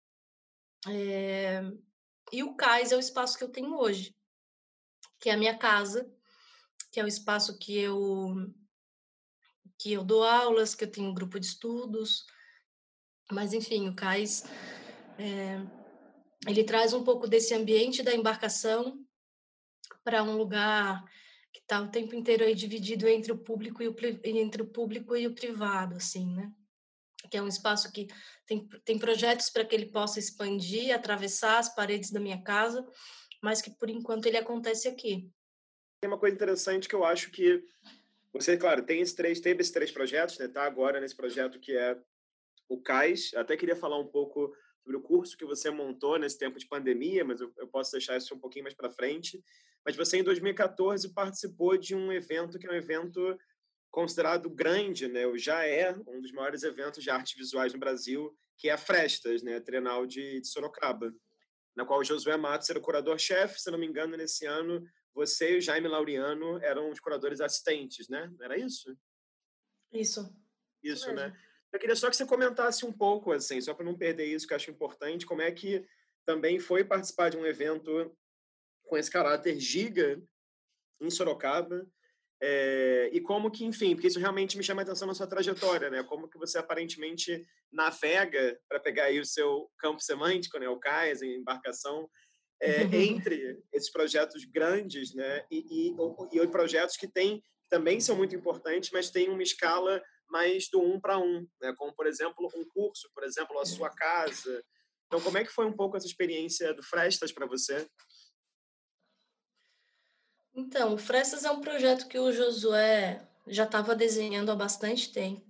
É... E o CAIS é o espaço que eu tenho hoje, que é a minha casa, que é o espaço que eu que eu dou aulas, que eu tenho um grupo de estudos, mas enfim, o cais, eh, ele traz um pouco desse ambiente da embarcação para um lugar que está o tempo inteiro aí dividido entre o público e o pri entre o público e o privado, assim, né. Que é um espaço que tem tem projetos para que ele possa expandir, atravessar as paredes da minha casa, mas que por enquanto ele acontece aqui. Tem uma coisa interessante que eu acho que você, claro, tem esses três teve esses três projetos, né, tá agora nesse projeto que é o cais. Até queria falar um pouco sobre o curso que você montou nesse tempo de pandemia, mas eu eu posso deixar isso um pouquinho mais para frente. Mas você, em dois mil e quatorze, participou de um evento que é um evento considerado grande, né, ou já é um dos maiores eventos de artes visuais no Brasil, que é a Frestas, né, a Trienal de de Sorocaba, na qual o Josué Matos era o curador-chefe. Se não me engano, nesse ano, você e o Jaime Laureano eram os curadores assistentes, né? Era isso? Isso, isso Isso, né? mesmo. Eu queria só que você comentasse um pouco, assim, só para não perder isso, que eu acho importante, como é que também foi participar de um evento com esse caráter giga em Sorocaba, é, e como que, enfim, porque isso realmente me chama a atenção na sua trajetória, né? Como que você aparentemente navega para pegar aí o seu campo semântico, né? O cais, a embarcação, é, entre esses projetos grandes, né? E, e, e projetos que têm, também são muito importantes, mas têm uma escala mais do um para um, né? Como, por exemplo, um curso, por exemplo, a sua casa. Então, como é que foi um pouco essa experiência do Frestas para você? Então, o Frestas é um projeto que o Josué já estava desenhando há bastante tempo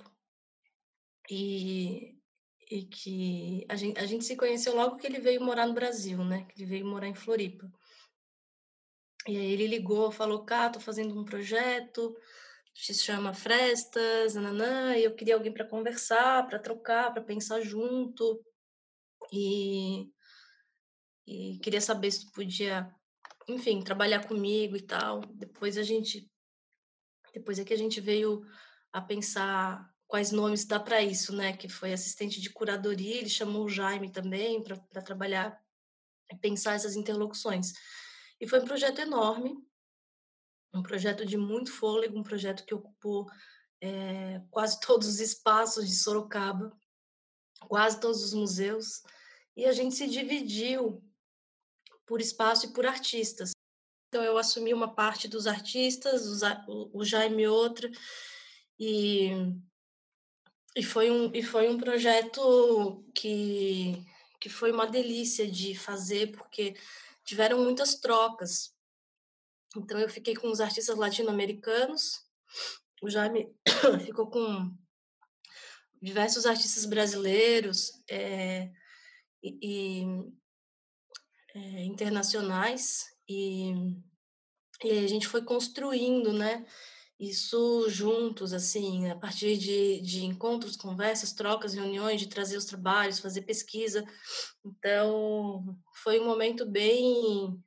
e e que a gen a gente se conheceu logo que ele veio morar no Brasil, né, que ele veio morar em Floripa. E aí ele ligou, falou: "Cá, tô fazendo um projeto, se chama Frestas, nã e eu queria alguém para conversar, para trocar, para pensar junto, e e queria saber se tu podia, enfim, trabalhar comigo e tal". Depois a gente depois é que a gente veio a pensar quais nomes dá para isso, né, que foi assistente de curadoria, ele chamou o Jaime também para pra trabalhar e pensar essas interlocuções. E foi um projeto enorme, um projeto de muito fôlego, um projeto que ocupou, eh, quase todos os espaços de Sorocaba, quase todos os museus, e a gente se dividiu por espaço e por artistas. Então eu assumi uma parte dos artistas, o za o o Jaime outra, e e foi um e foi um projeto que que foi uma delícia de fazer, porque tiveram muitas trocas. Então eu fiquei com os artistas latino-americanos, o Jaime ficou com diversos artistas brasileiros, eh, e e, eh, internacionais, e e aí a gente foi construindo, né, isso juntos, assim, a partir de de encontros, conversas, trocas, reuniões, de trazer os trabalhos, fazer pesquisa. Então, foi um momento bem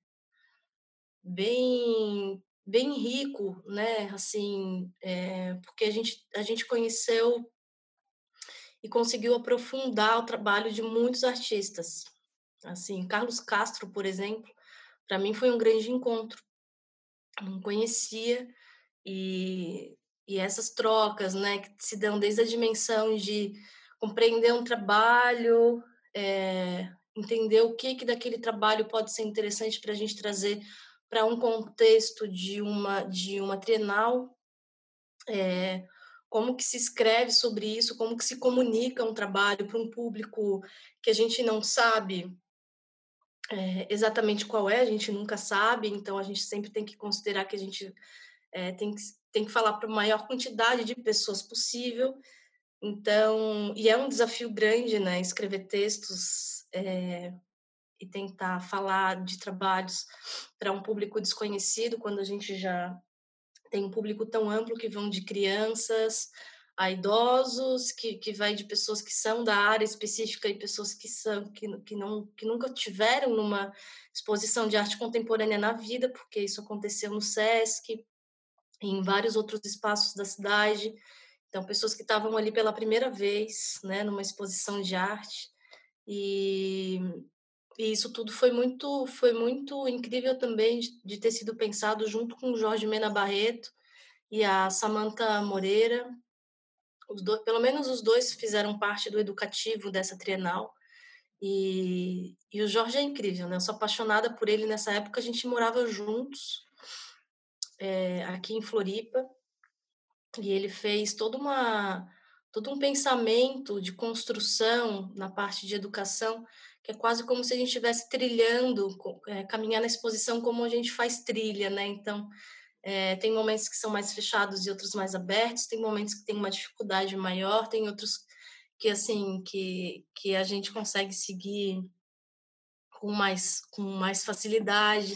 bem bem rico, né, assim, eh, porque a gente a gente conheceu e conseguiu aprofundar o trabalho de muitos artistas. Assim, Carlos Castro, por exemplo, para mim foi um grande encontro. Não conhecia, e e essas trocas, né, que se dão desde a dimensão de compreender um trabalho, eh, entender o que que daquele trabalho pode ser interessante para a gente trazer para um contexto de uma de uma trienal, eh, como que se escreve sobre isso, como que se comunica um trabalho para um público que a gente não sabe, eh, exatamente qual é, a gente nunca sabe, então a gente sempre tem que considerar que a gente, eh, tem que tem que falar para a maior quantidade de pessoas possível. Então e é um desafio grande, né, escrever textos, eh, e tentar falar de trabalhos para um público desconhecido, quando a gente já tem um público tão amplo que vão de crianças a idosos, que que vai de pessoas que são da área específica e pessoas que são que que não que nunca tiveram numa exposição de arte contemporânea na vida, porque isso aconteceu no Sesc e em vários outros espaços da cidade. Então, pessoas que estavam ali pela primeira vez, né, numa exposição de arte. E e isso tudo foi muito foi muito incrível também de de ter sido pensado junto com o Jorge Mena Barreto e a Samantha Moreira. Os dois, pelo menos os dois fizeram parte do educativo dessa Trienal. E, e o Jorge é incrível, né? Eu sou apaixonada por ele. Nessa época a gente morava juntos, é, aqui em Floripa, e ele fez toda uma, todo um pensamento de construção na parte de educação, que é quase como se a gente estivesse trilhando, é, caminhar na exposição como a gente faz trilha, né? Então, é, tem momentos que são mais fechados e outros mais abertos, tem momentos que tem uma dificuldade maior, tem outros que, assim, que, que a gente consegue seguir com mais, com mais facilidade.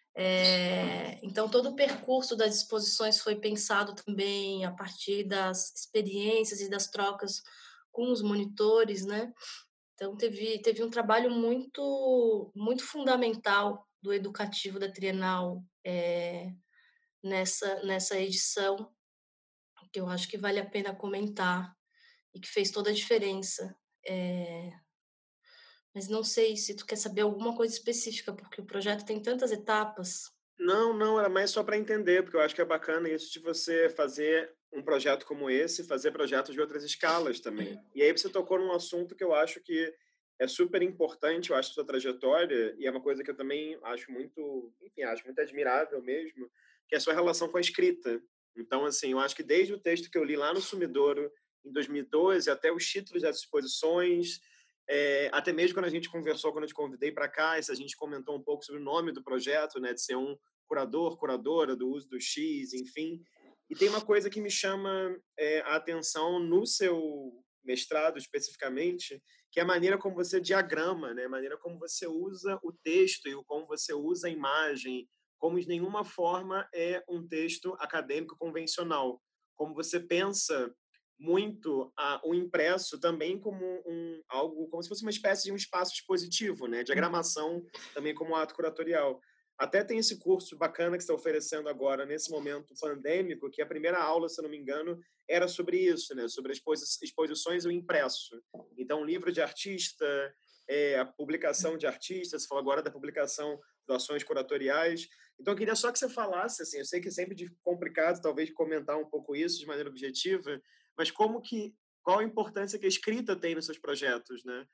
É, então, todo o percurso das exposições foi pensado também a partir das experiências e das trocas com os monitores, né? Então, teve, teve um trabalho muito, muito fundamental do educativo da Trienal, é, nessa, nessa edição, que eu acho que vale a pena comentar e que fez toda a diferença. É, mas não sei se tu quer saber alguma coisa específica, porque o projeto tem tantas etapas. Não, não, era mais só para entender, porque eu acho que é bacana isso de você fazer um projeto como esse, fazer projetos de outras escalas também. E aí você tocou num assunto que eu acho que é super importante, eu acho, a sua trajetória, e é uma coisa que eu também acho muito, enfim, acho muito admirável mesmo, que é a sua relação com a escrita. Então, assim, eu acho que desde o texto que eu li lá no Sumidouro, em dois mil e doze, até os títulos das exposições, é, até mesmo quando a gente conversou, quando eu te convidei para cá, a gente comentou um pouco sobre o nome do projeto, né, de ser um curador, curadora, do uso do X, enfim. E tem uma coisa que me chama é, a atenção no seu mestrado, especificamente, que é a maneira como você diagrama, né? A maneira como você usa o texto e como você usa a imagem, como de nenhuma forma é um texto acadêmico convencional. Como você pensa muito a, o impresso também como um algo, como se fosse uma espécie de um espaço expositivo, né? Diagramação também como ato curatorial. Até tem esse curso bacana que está oferecendo agora, nesse momento pandêmico, que a primeira aula, se eu não me engano, era sobre isso, né? Sobre as exposições e o impresso. Então, livro de artista, é, a publicação de artistas, você falou agora da publicação de ações curatoriais. Então, eu queria só que você falasse, assim, eu sei que é sempre complicado, talvez, comentar um pouco isso de maneira objetiva, mas como que, qual a importância que a escrita tem nos seus projetos, né?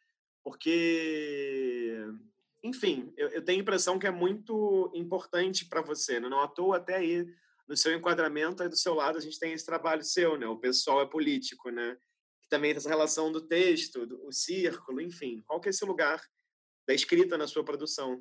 Porque, enfim, eu, eu tenho a impressão que é muito importante para você, né? Não à toa, até aí, no seu enquadramento, aí do seu lado, a gente tem esse trabalho seu, né? O pessoal é político, né? Que também tem essa relação do texto, do, o círculo, enfim. Qual que é esse lugar da escrita na sua produção?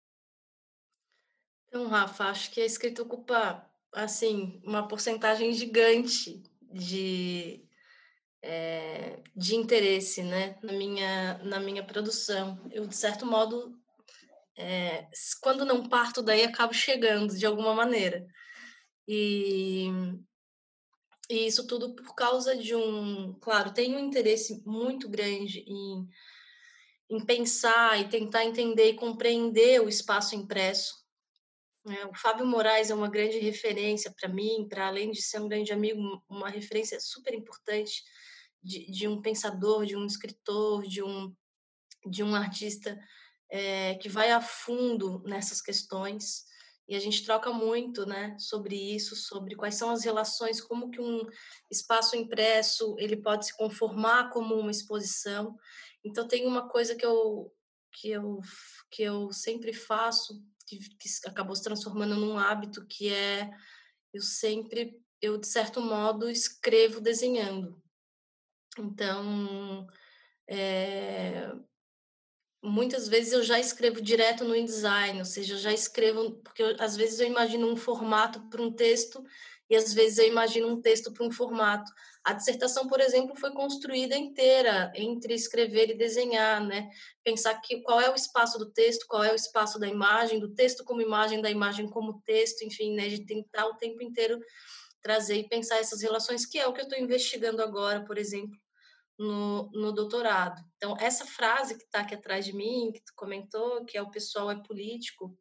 Então, Rafa, acho que a escrita ocupa, assim, uma porcentagem gigante de, é, de interesse, né, na minha, na minha produção. Eu, de certo modo, é, quando não parto daí, acabo chegando de alguma maneira. E, e isso tudo por causa de um... Claro, tem um interesse muito grande em, em pensar e tentar entender e compreender o espaço impresso. É, o Fábio Moraes é uma grande referência para mim, para além de ser um grande amigo, uma referência super importante de, de um pensador, de um escritor, de um, de um artista é, que vai a fundo nessas questões. E a gente troca muito, né, sobre isso, sobre quais são as relações, como que um espaço impresso ele pode se conformar como uma exposição. Então tem uma coisa que eu que eu que eu sempre faço, que, que acabou se transformando num hábito, que é eu sempre, eu de certo modo escrevo desenhando. Então, é, muitas vezes eu já escrevo direto no InDesign, ou seja, eu já escrevo, porque eu, às vezes eu imagino um formato para um texto e às vezes eu imagino um texto para um formato. A dissertação, por exemplo, foi construída inteira entre escrever e desenhar, né? Pensar que qual é o espaço do texto, qual é o espaço da imagem, do texto como imagem, da imagem como texto, enfim, né? De tentar o tempo inteiro trazer e pensar essas relações, que é o que eu estou investigando agora, por exemplo, no, no doutorado. Então, essa frase que está aqui atrás de mim, que tu comentou, que é o pessoal é político,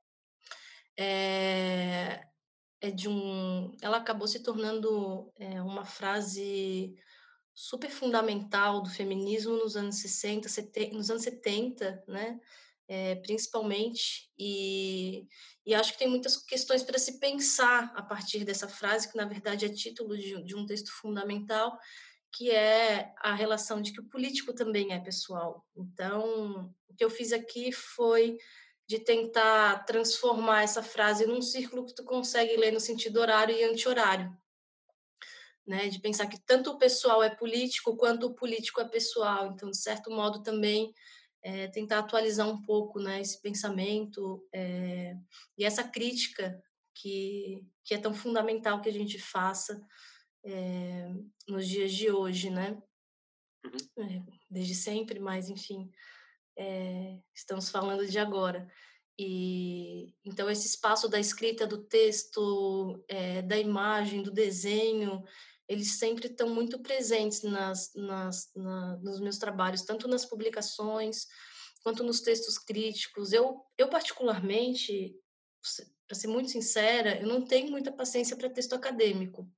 é, é de um... Ela acabou se tornando é, uma frase super fundamental do feminismo nos anos sessenta, setenta, nos anos setenta, né? É, principalmente, e, e acho que tem muitas questões para se pensar a partir dessa frase, que na verdade é título de, de um texto fundamental, que é a relação de que o político também é pessoal. Então, o que eu fiz aqui foi de tentar transformar essa frase num círculo que tu consegue ler no sentido horário e anti-horário, né? De pensar que tanto o pessoal é político quanto o político é pessoal. Então, de certo modo, também é, tentar atualizar um pouco, né, esse pensamento é, e essa crítica que, que é tão fundamental que a gente faça é, nos dias de hoje, né? Uhum. É, desde sempre, mas enfim, é, estamos falando de agora. E então esse espaço da escrita, do texto, é, da imagem, do desenho, eles sempre estão muito presentes nas, nas, na, nos meus trabalhos, tanto nas publicações quanto nos textos críticos. Eu, eu particularmente, para ser muito sincera, eu não tenho muita paciência para texto acadêmico.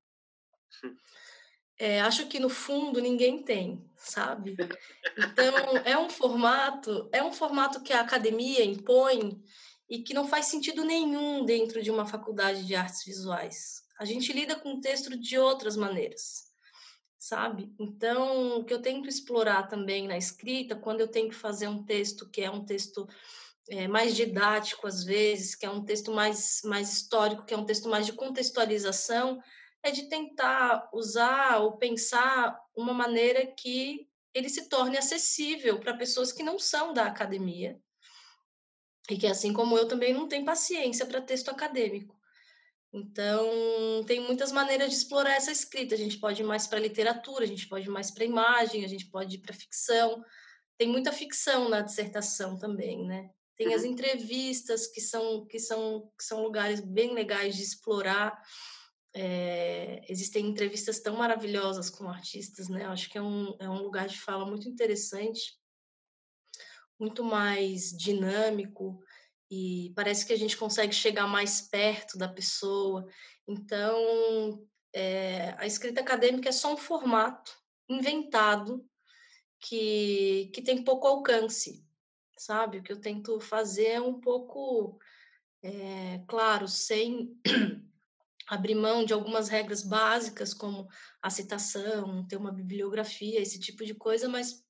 É, acho que no fundo ninguém tem, sabe? Então é um formato, é um formato que a academia impõe e que não faz sentido nenhum dentro de uma faculdade de artes visuais. A gente lida com o texto de outras maneiras, sabe? Então, o que eu tento explorar também na escrita, quando eu tenho que fazer um texto que é um texto é, mais didático às vezes, que é um texto mais, mais histórico, que é um texto mais de contextualização, é de tentar usar ou pensar uma maneira que ele se torne acessível para pessoas que não são da academia e que, assim como eu, também não tem paciência para texto acadêmico. Então, tem muitas maneiras de explorar essa escrita. A gente pode ir mais para literatura, a gente pode ir mais para imagem, a gente pode ir para ficção. Tem muita ficção na dissertação também, né? Tem as Uhum. entrevistas que são que são que são lugares bem legais de explorar. É, existem entrevistas tão maravilhosas com artistas, né? Eu acho que é um, é um lugar de fala muito interessante, muito mais dinâmico e parece que a gente consegue chegar mais perto da pessoa. Então, é, a escrita acadêmica é só um formato inventado que, que tem pouco alcance, sabe? O que eu tento fazer é um pouco, é, claro, sem abrir mão de algumas regras básicas, como a citação, ter uma bibliografia, esse tipo de coisa, mas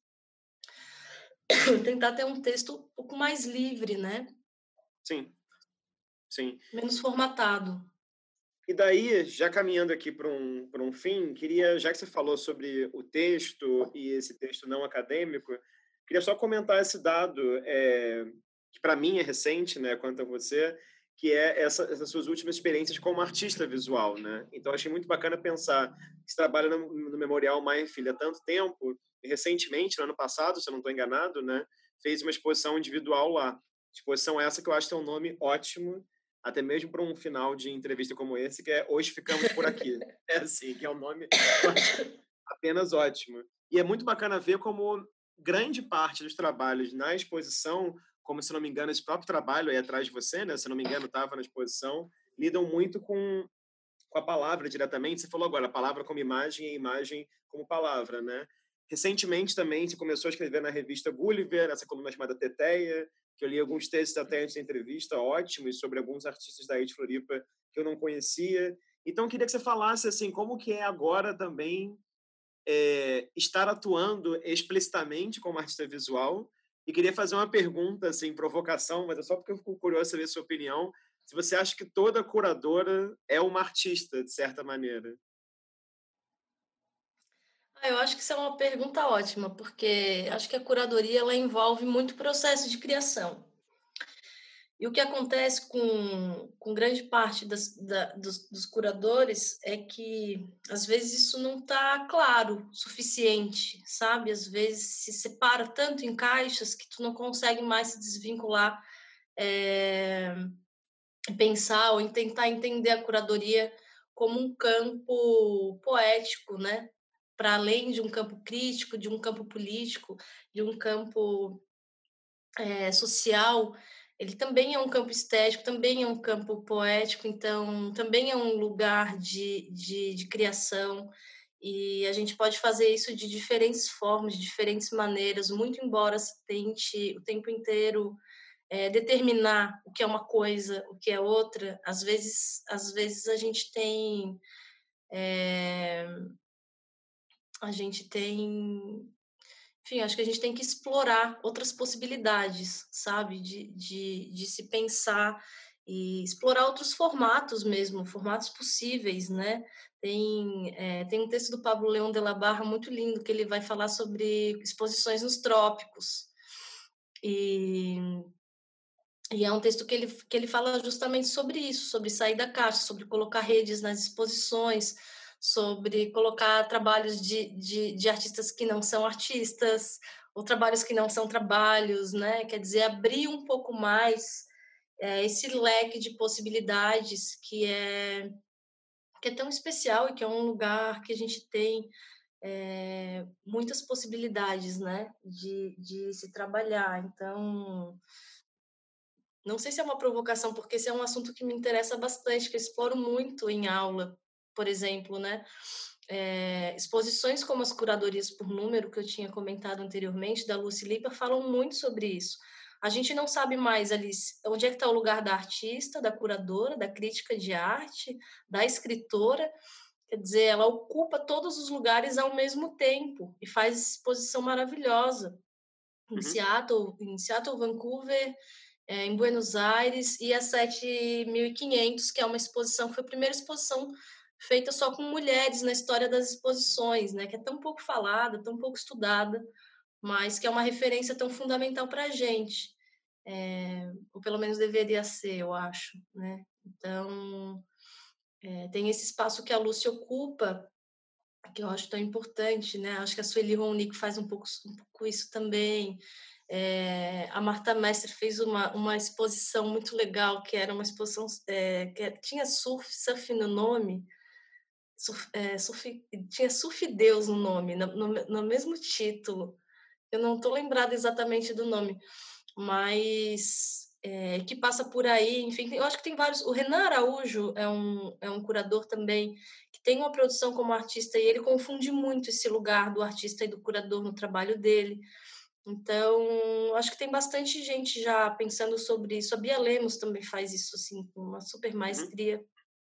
tentar ter um texto um pouco mais livre, né? Sim, sim. Menos formatado. E daí, já caminhando aqui para um, para um fim, queria, já que você falou sobre o texto e esse texto não acadêmico, queria só comentar esse dado, é, que para mim é recente, né, quanto a você, que é essa, essas suas últimas experiências como artista visual, né? Então, achei muito bacana pensar que você trabalha no, no Memorial Maia Filho há tanto tempo, e recentemente, no ano passado, se eu não estou enganado, né, fez uma exposição individual lá. Exposição essa que eu acho que tem um nome ótimo, até mesmo para um final de entrevista como esse, que é Hoje Ficamos Por Aqui. É assim, que é um nome que eu acho apenas ótimo. E é muito bacana ver como grande parte dos trabalhos na exposição, como, se não me engano, esse próprio trabalho aí atrás de você, né? Se não me engano, estava na exposição, lidam muito com, com a palavra diretamente. Você falou agora, a palavra como imagem e a imagem como palavra, né? Recentemente também você começou a escrever na revista Gulliver, essa coluna chamada Teteia, que eu li alguns textos até antes da entrevista, ótimos, sobre alguns artistas daí de Floripa que eu não conhecia. Então, eu queria que você falasse assim, como que é agora também é, estar atuando explicitamente como artista visual. E queria fazer uma pergunta, assim, provocação, mas é só porque eu fico curioso saber a sua opinião. Se você acha que toda curadora é uma artista, de certa maneira. Ah, eu acho que isso é uma pergunta ótima, porque acho que a curadoria ela envolve muito processo de criação. E o que acontece com, com grande parte das, da, dos, dos curadores é que, às vezes, isso não está claro o suficiente, sabe? Às vezes se separa tanto em caixas que tu não consegue mais se desvincular, é, pensar ou tentar entender a curadoria como um campo poético, né? Para além de um campo crítico, de um campo político, de um campo é, social, ele também é um campo estético, também é um campo poético, então também é um lugar de, de, de criação, e a gente pode fazer isso de diferentes formas, de diferentes maneiras, muito embora se tente o tempo inteiro é, determinar o que é uma coisa, o que é outra, às vezes, às vezes a gente tem é, a gente tem, enfim, acho que a gente tem que explorar outras possibilidades, sabe, de, de, de se pensar e explorar outros formatos mesmo, formatos possíveis, né? Tem, é, tem um texto do Pablo León de la Barra muito lindo, que ele vai falar sobre exposições nos trópicos. E, e é um texto que ele, que ele fala justamente sobre isso, sobre sair da caixa, sobre colocar redes nas exposições, sobre colocar trabalhos de, de, de artistas que não são artistas, ou trabalhos que não são trabalhos, né? Quer dizer, abrir um pouco mais é, esse leque de possibilidades que é, que é tão especial e que é um lugar que a gente tem é, muitas possibilidades, né? De, de se trabalhar. Então, não sei se é uma provocação, porque esse é um assunto que me interessa bastante, que eu exploro muito em aula, por exemplo, né? É, exposições como as curadorias por número, que eu tinha comentado anteriormente, da Lucy Lipa, falam muito sobre isso. A gente não sabe mais ali onde é que está o lugar da artista, da curadora, da crítica de arte, da escritora. Quer dizer, ela ocupa todos os lugares ao mesmo tempo e faz exposição maravilhosa. Em Uhum. Seattle, em Seattle, Vancouver, é, em Buenos Aires, e a sete mil e quinhentos, que é uma exposição que foi a primeira exposição feita só com mulheres na história das exposições, né? Que é tão pouco falada, tão pouco estudada, mas que é uma referência tão fundamental para a gente, é, ou pelo menos deveria ser, eu acho, né? Então, é, tem esse espaço que a Lúcia ocupa, que eu acho tão importante, né? Acho que a Sueli Ronick faz um pouco, um pouco isso também. É, a Marta Mestre fez uma, uma exposição muito legal, que era uma exposição é, que tinha surf, surf no nome, surf, é, surf, tinha Surf Deus no nome, no, no, no mesmo título. Eu não estou lembrada exatamente do nome, mas é, que passa por aí, enfim, eu acho que tem vários. O Renan Araújo é um, é um curador também que tem uma produção como artista e ele confunde muito esse lugar do artista e do curador no trabalho dele. Então, acho que tem bastante gente já pensando sobre isso. A Bia Lemos também faz isso, assim, com uma super Uhum. maestria.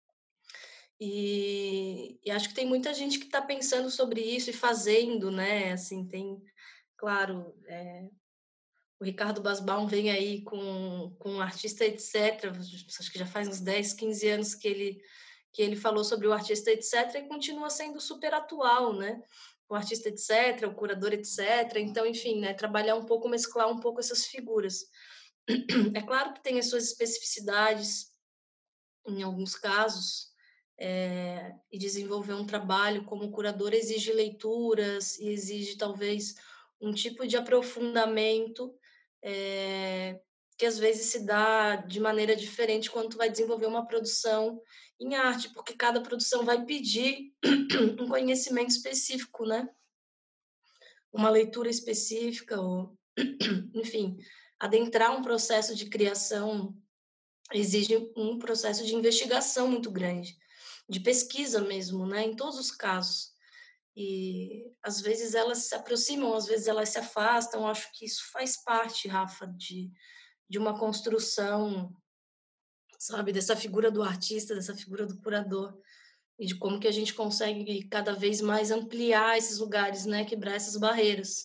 E, e acho que tem muita gente que está pensando sobre isso e fazendo, né? Assim, tem, claro, é, o Ricardo Basbaum vem aí com, com um artista, etcétera. Acho que já faz uns dez, quinze anos que ele, que ele falou sobre o artista, etcétera, e continua sendo super atual, né? O artista, etcétera, o curador, etcétera. Então, enfim, né? Trabalhar um pouco, mesclar um pouco essas figuras. É claro que tem as suas especificidades em alguns casos, é, e desenvolver um trabalho como curador exige leituras e exige talvez um tipo de aprofundamento é, que às vezes se dá de maneira diferente quando tu vai desenvolver uma produção em arte, porque cada produção vai pedir um conhecimento específico, né? Uma leitura específica, ou, enfim, adentrar um processo de criação exige um processo de investigação muito grande, de pesquisa mesmo, né? Em todos os casos. E às vezes elas se aproximam, às vezes elas se afastam. Acho que isso faz parte, Rafa, de, de uma construção, sabe, dessa figura do artista, dessa figura do curador, e de como que a gente consegue cada vez mais ampliar esses lugares, né? Quebrar essas barreiras.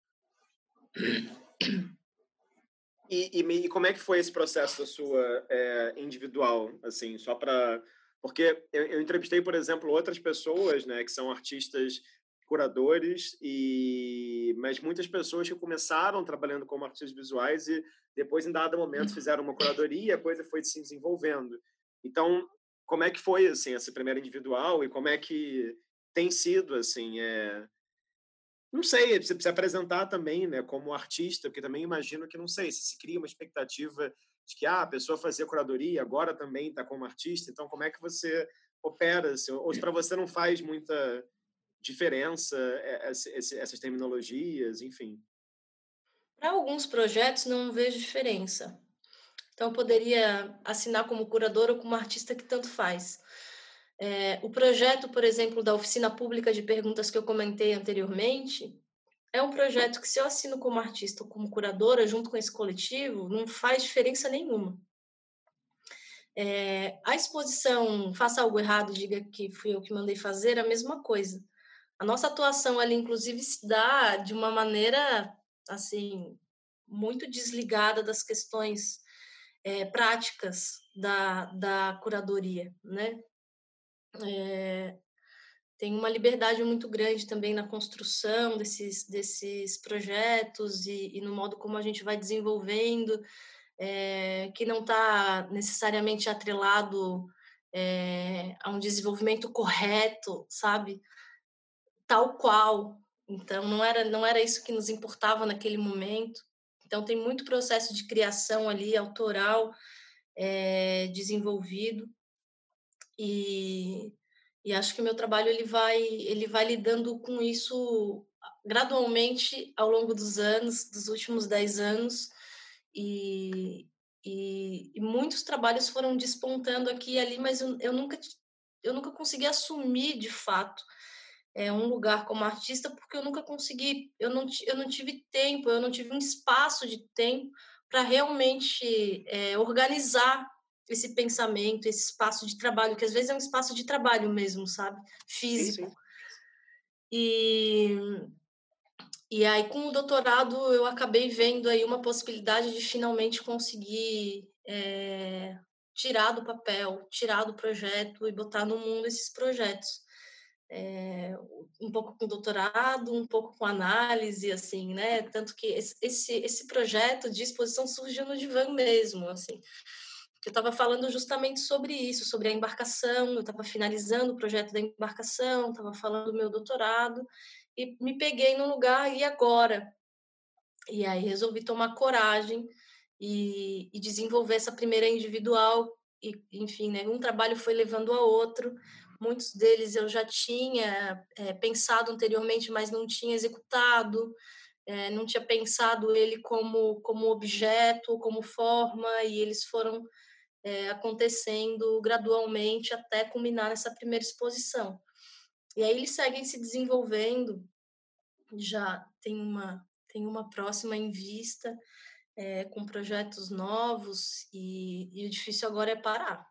E, e, me- e como é que foi esse processo da sua é, individual, assim, só para... Porque eu, eu entrevistei, por exemplo, outras pessoas, né, que são artistas curadores, e mas muitas pessoas que começaram trabalhando como artistas visuais e depois, em dado momento, fizeram uma curadoria e a coisa foi se desenvolvendo. Então, como é que foi, assim, essa primeira individual e como é que tem sido, assim, é, não sei, você se apresentar também, né, como artista, porque também imagino que, não sei, se se cria uma expectativa de que ah, a pessoa fazia curadoria, agora também está como artista, então como é que você opera? Assim, ou se para você não faz muita diferença é, esse- esse- essas terminologias, enfim. Para alguns projetos, não vejo diferença. Então, eu poderia assinar como curador ou como artista, que tanto faz. É, o projeto, por exemplo, da oficina pública de perguntas que eu comentei anteriormente, é um projeto que, se eu assino como artista ou como curadora, junto com esse coletivo, não faz diferença nenhuma. É, a exposição Faça Algo Errado, Diga que fui eu que mandei fazer, a mesma coisa. a nossa atuação ali, inclusive, se dá de uma maneira, assim, muito desligada das questões, eh, práticas da da curadoria, né. Eh, tem uma liberdade muito grande também na construção desses desses projetos e e no modo como a gente vai desenvolvendo, eh, que não está necessariamente atrelado, eh, a um desenvolvimento correto, sabe, tal qual. Então não era não era isso que nos importava naquele momento. Então tem muito processo de criação ali, autoral, eh, desenvolvido, e e acho que o meu trabalho ele vai ele vai lidando com isso gradualmente ao longo dos anos, dos últimos dez anos, e e e muitos trabalhos foram despontando aqui e ali, mas eu eu nunca ti eu nunca consegui assumir de fato, eh, um lugar como artista, porque eu nunca consegui, eu não ti eu não tive tempo, eu não tive um espaço de tempo para realmente, eh, organizar esse pensamento, esse espaço de trabalho, que às vezes é um espaço de trabalho mesmo, sabe, Sim, físico. sim. E e aí com o doutorado eu acabei vendo aí uma possibilidade de finalmente conseguir, eh, tirar do papel, tirar do projeto e botar no mundo esses projetos. Eh, um pouco com doutorado, um pouco com análise, assim, né, tanto que esse esse esse projeto de exposição surgiu no divã mesmo, assim. Eu estava falando justamente sobre isso, sobre a embarcação, eu estava finalizando o projeto da embarcação, estava falando do meu doutorado, e me peguei num lugar, e agora? E aí resolvi tomar coragem e e desenvolver essa primeira individual e, enfim, né, um trabalho foi levando a outro, muitos deles eu já tinha, eh, pensado anteriormente, mas não tinha executado, eh, não tinha pensado ele como como objeto, como forma, e eles foram, eh, acontecendo gradualmente até culminar nessa primeira exposição. E aí eles seguem se desenvolvendo, já tem uma tem uma próxima em vista, eh, com projetos novos, e e o difícil agora é parar.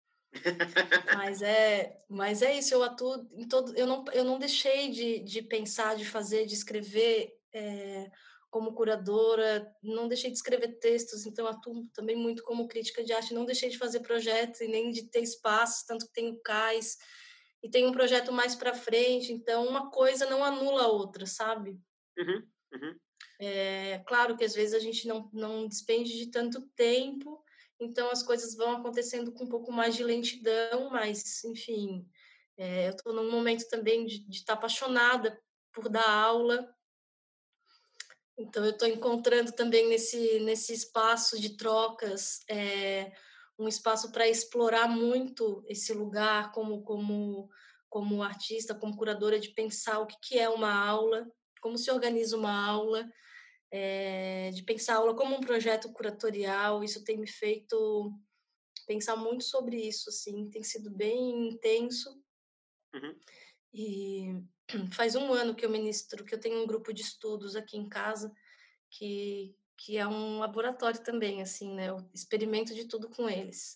Mas é mas é isso, eu atuo em todo, eu não eu não deixei de de pensar, de fazer, de escrever, eh, como curadora, não deixei de escrever textos, então atuo também muito como crítica de arte, não deixei de fazer projetos e nem de ter espaços, tanto que tenho cais, e tenho um projeto mais para frente, então uma coisa não anula a outra, sabe. Uhum, uhum. É claro que às vezes a gente não não despende de tanto tempo, então as coisas vão acontecendo com um pouco mais de lentidão, mas enfim, eh, eu estou num momento também de de estar apaixonada por dar aula, então eu estou encontrando também nesse nesse espaço de trocas, eh, um espaço para explorar muito esse lugar como como como artista, como curadora, de pensar o que que é uma aula, como se organiza uma aula, eh, de pensar a aula como um projeto curatorial. Isso tem me feito pensar muito sobre isso, assim, tem sido bem intenso. Uhum. E faz um ano que eu ministro, que eu tenho um grupo de estudos aqui em casa, que que é um laboratório também, assim, né, eu experimento de tudo com eles.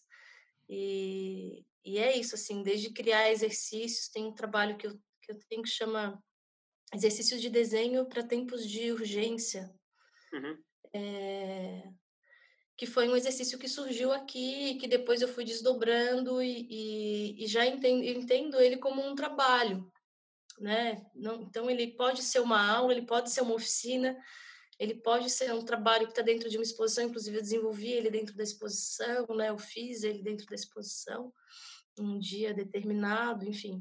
E e é isso, assim, desde criar exercícios, tem um trabalho que eu que eu tenho que chama Exercícios de Desenho para Tempos de Urgência, Uhum. eh que foi um exercício que surgiu aqui, que depois eu fui desdobrando e e e já entendo entendo ele como um trabalho, né. Não, então ele pode ser uma aula, ele pode ser uma oficina, ele pode ser um trabalho que está dentro de uma exposição, inclusive eu desenvolvi ele dentro da exposição, né, eu fiz ele dentro da exposição, um dia determinado, enfim.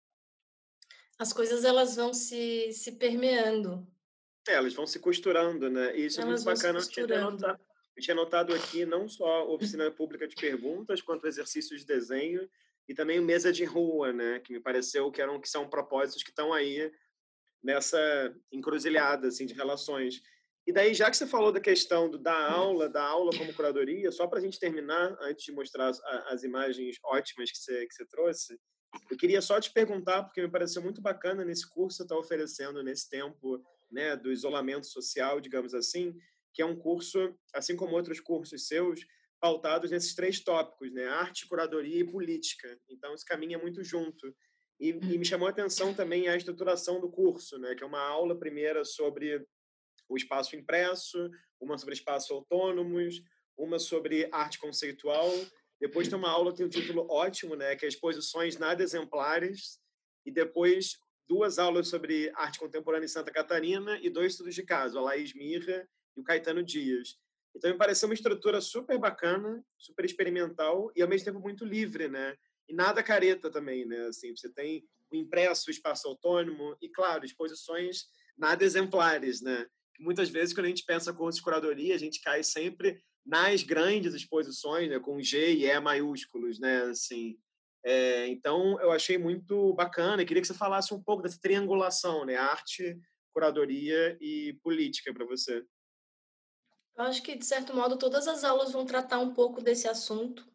As coisas elas vão se se permeando, É, elas vão se costurando, né, e isso é muito elas vão se bacana, eu tinha até costurando. notado eu tinha notado aqui não só oficina pública de perguntas, quanto exercícios de desenho e também mesa de rua, né, que me pareceu que eram que são propósitos que estão aí nessa encruzilhada, assim, de relações. E daí, já que você falou da questão do da aula, da aula como curadoria, só para a gente terminar, antes de mostrar as as imagens ótimas que você que você trouxe, eu queria só te perguntar, porque me pareceu muito bacana nesse curso que você está oferecendo nesse tempo, né, do isolamento social, digamos assim, que é um curso, assim como outros cursos seus, pautados nesses três tópicos, né, arte, curadoria e política. Então, isso caminha muito junto. E, e me chamou a atenção também a estruturação do curso, né? Que é uma aula primeira sobre o espaço impresso, uma sobre espaços autônomos, uma sobre arte conceitual. Depois tem uma aula que tem um título ótimo, né? Que é Exposições Nada Exemplares. E depois duas aulas sobre arte contemporânea em Santa Catarina e dois estudos de caso, a Laís Mirra e o Caetano Dias. Então, me pareceu uma estrutura super bacana, super experimental e, ao mesmo tempo, muito livre, né? E nada careta também, né? Assim, você tem o impresso, o espaço autônomo e, claro, exposições nada exemplares, né? Muitas vezes, quando a gente pensa curso de curadoria, a gente cai sempre nas grandes exposições, né? Com G e E maiúsculos, né? Assim, é, então, eu achei muito bacana e queria que você falasse um pouco dessa triangulação, né? Arte, curadoria e política para você. Eu acho que, de certo modo, todas as aulas vão tratar um pouco desse assunto.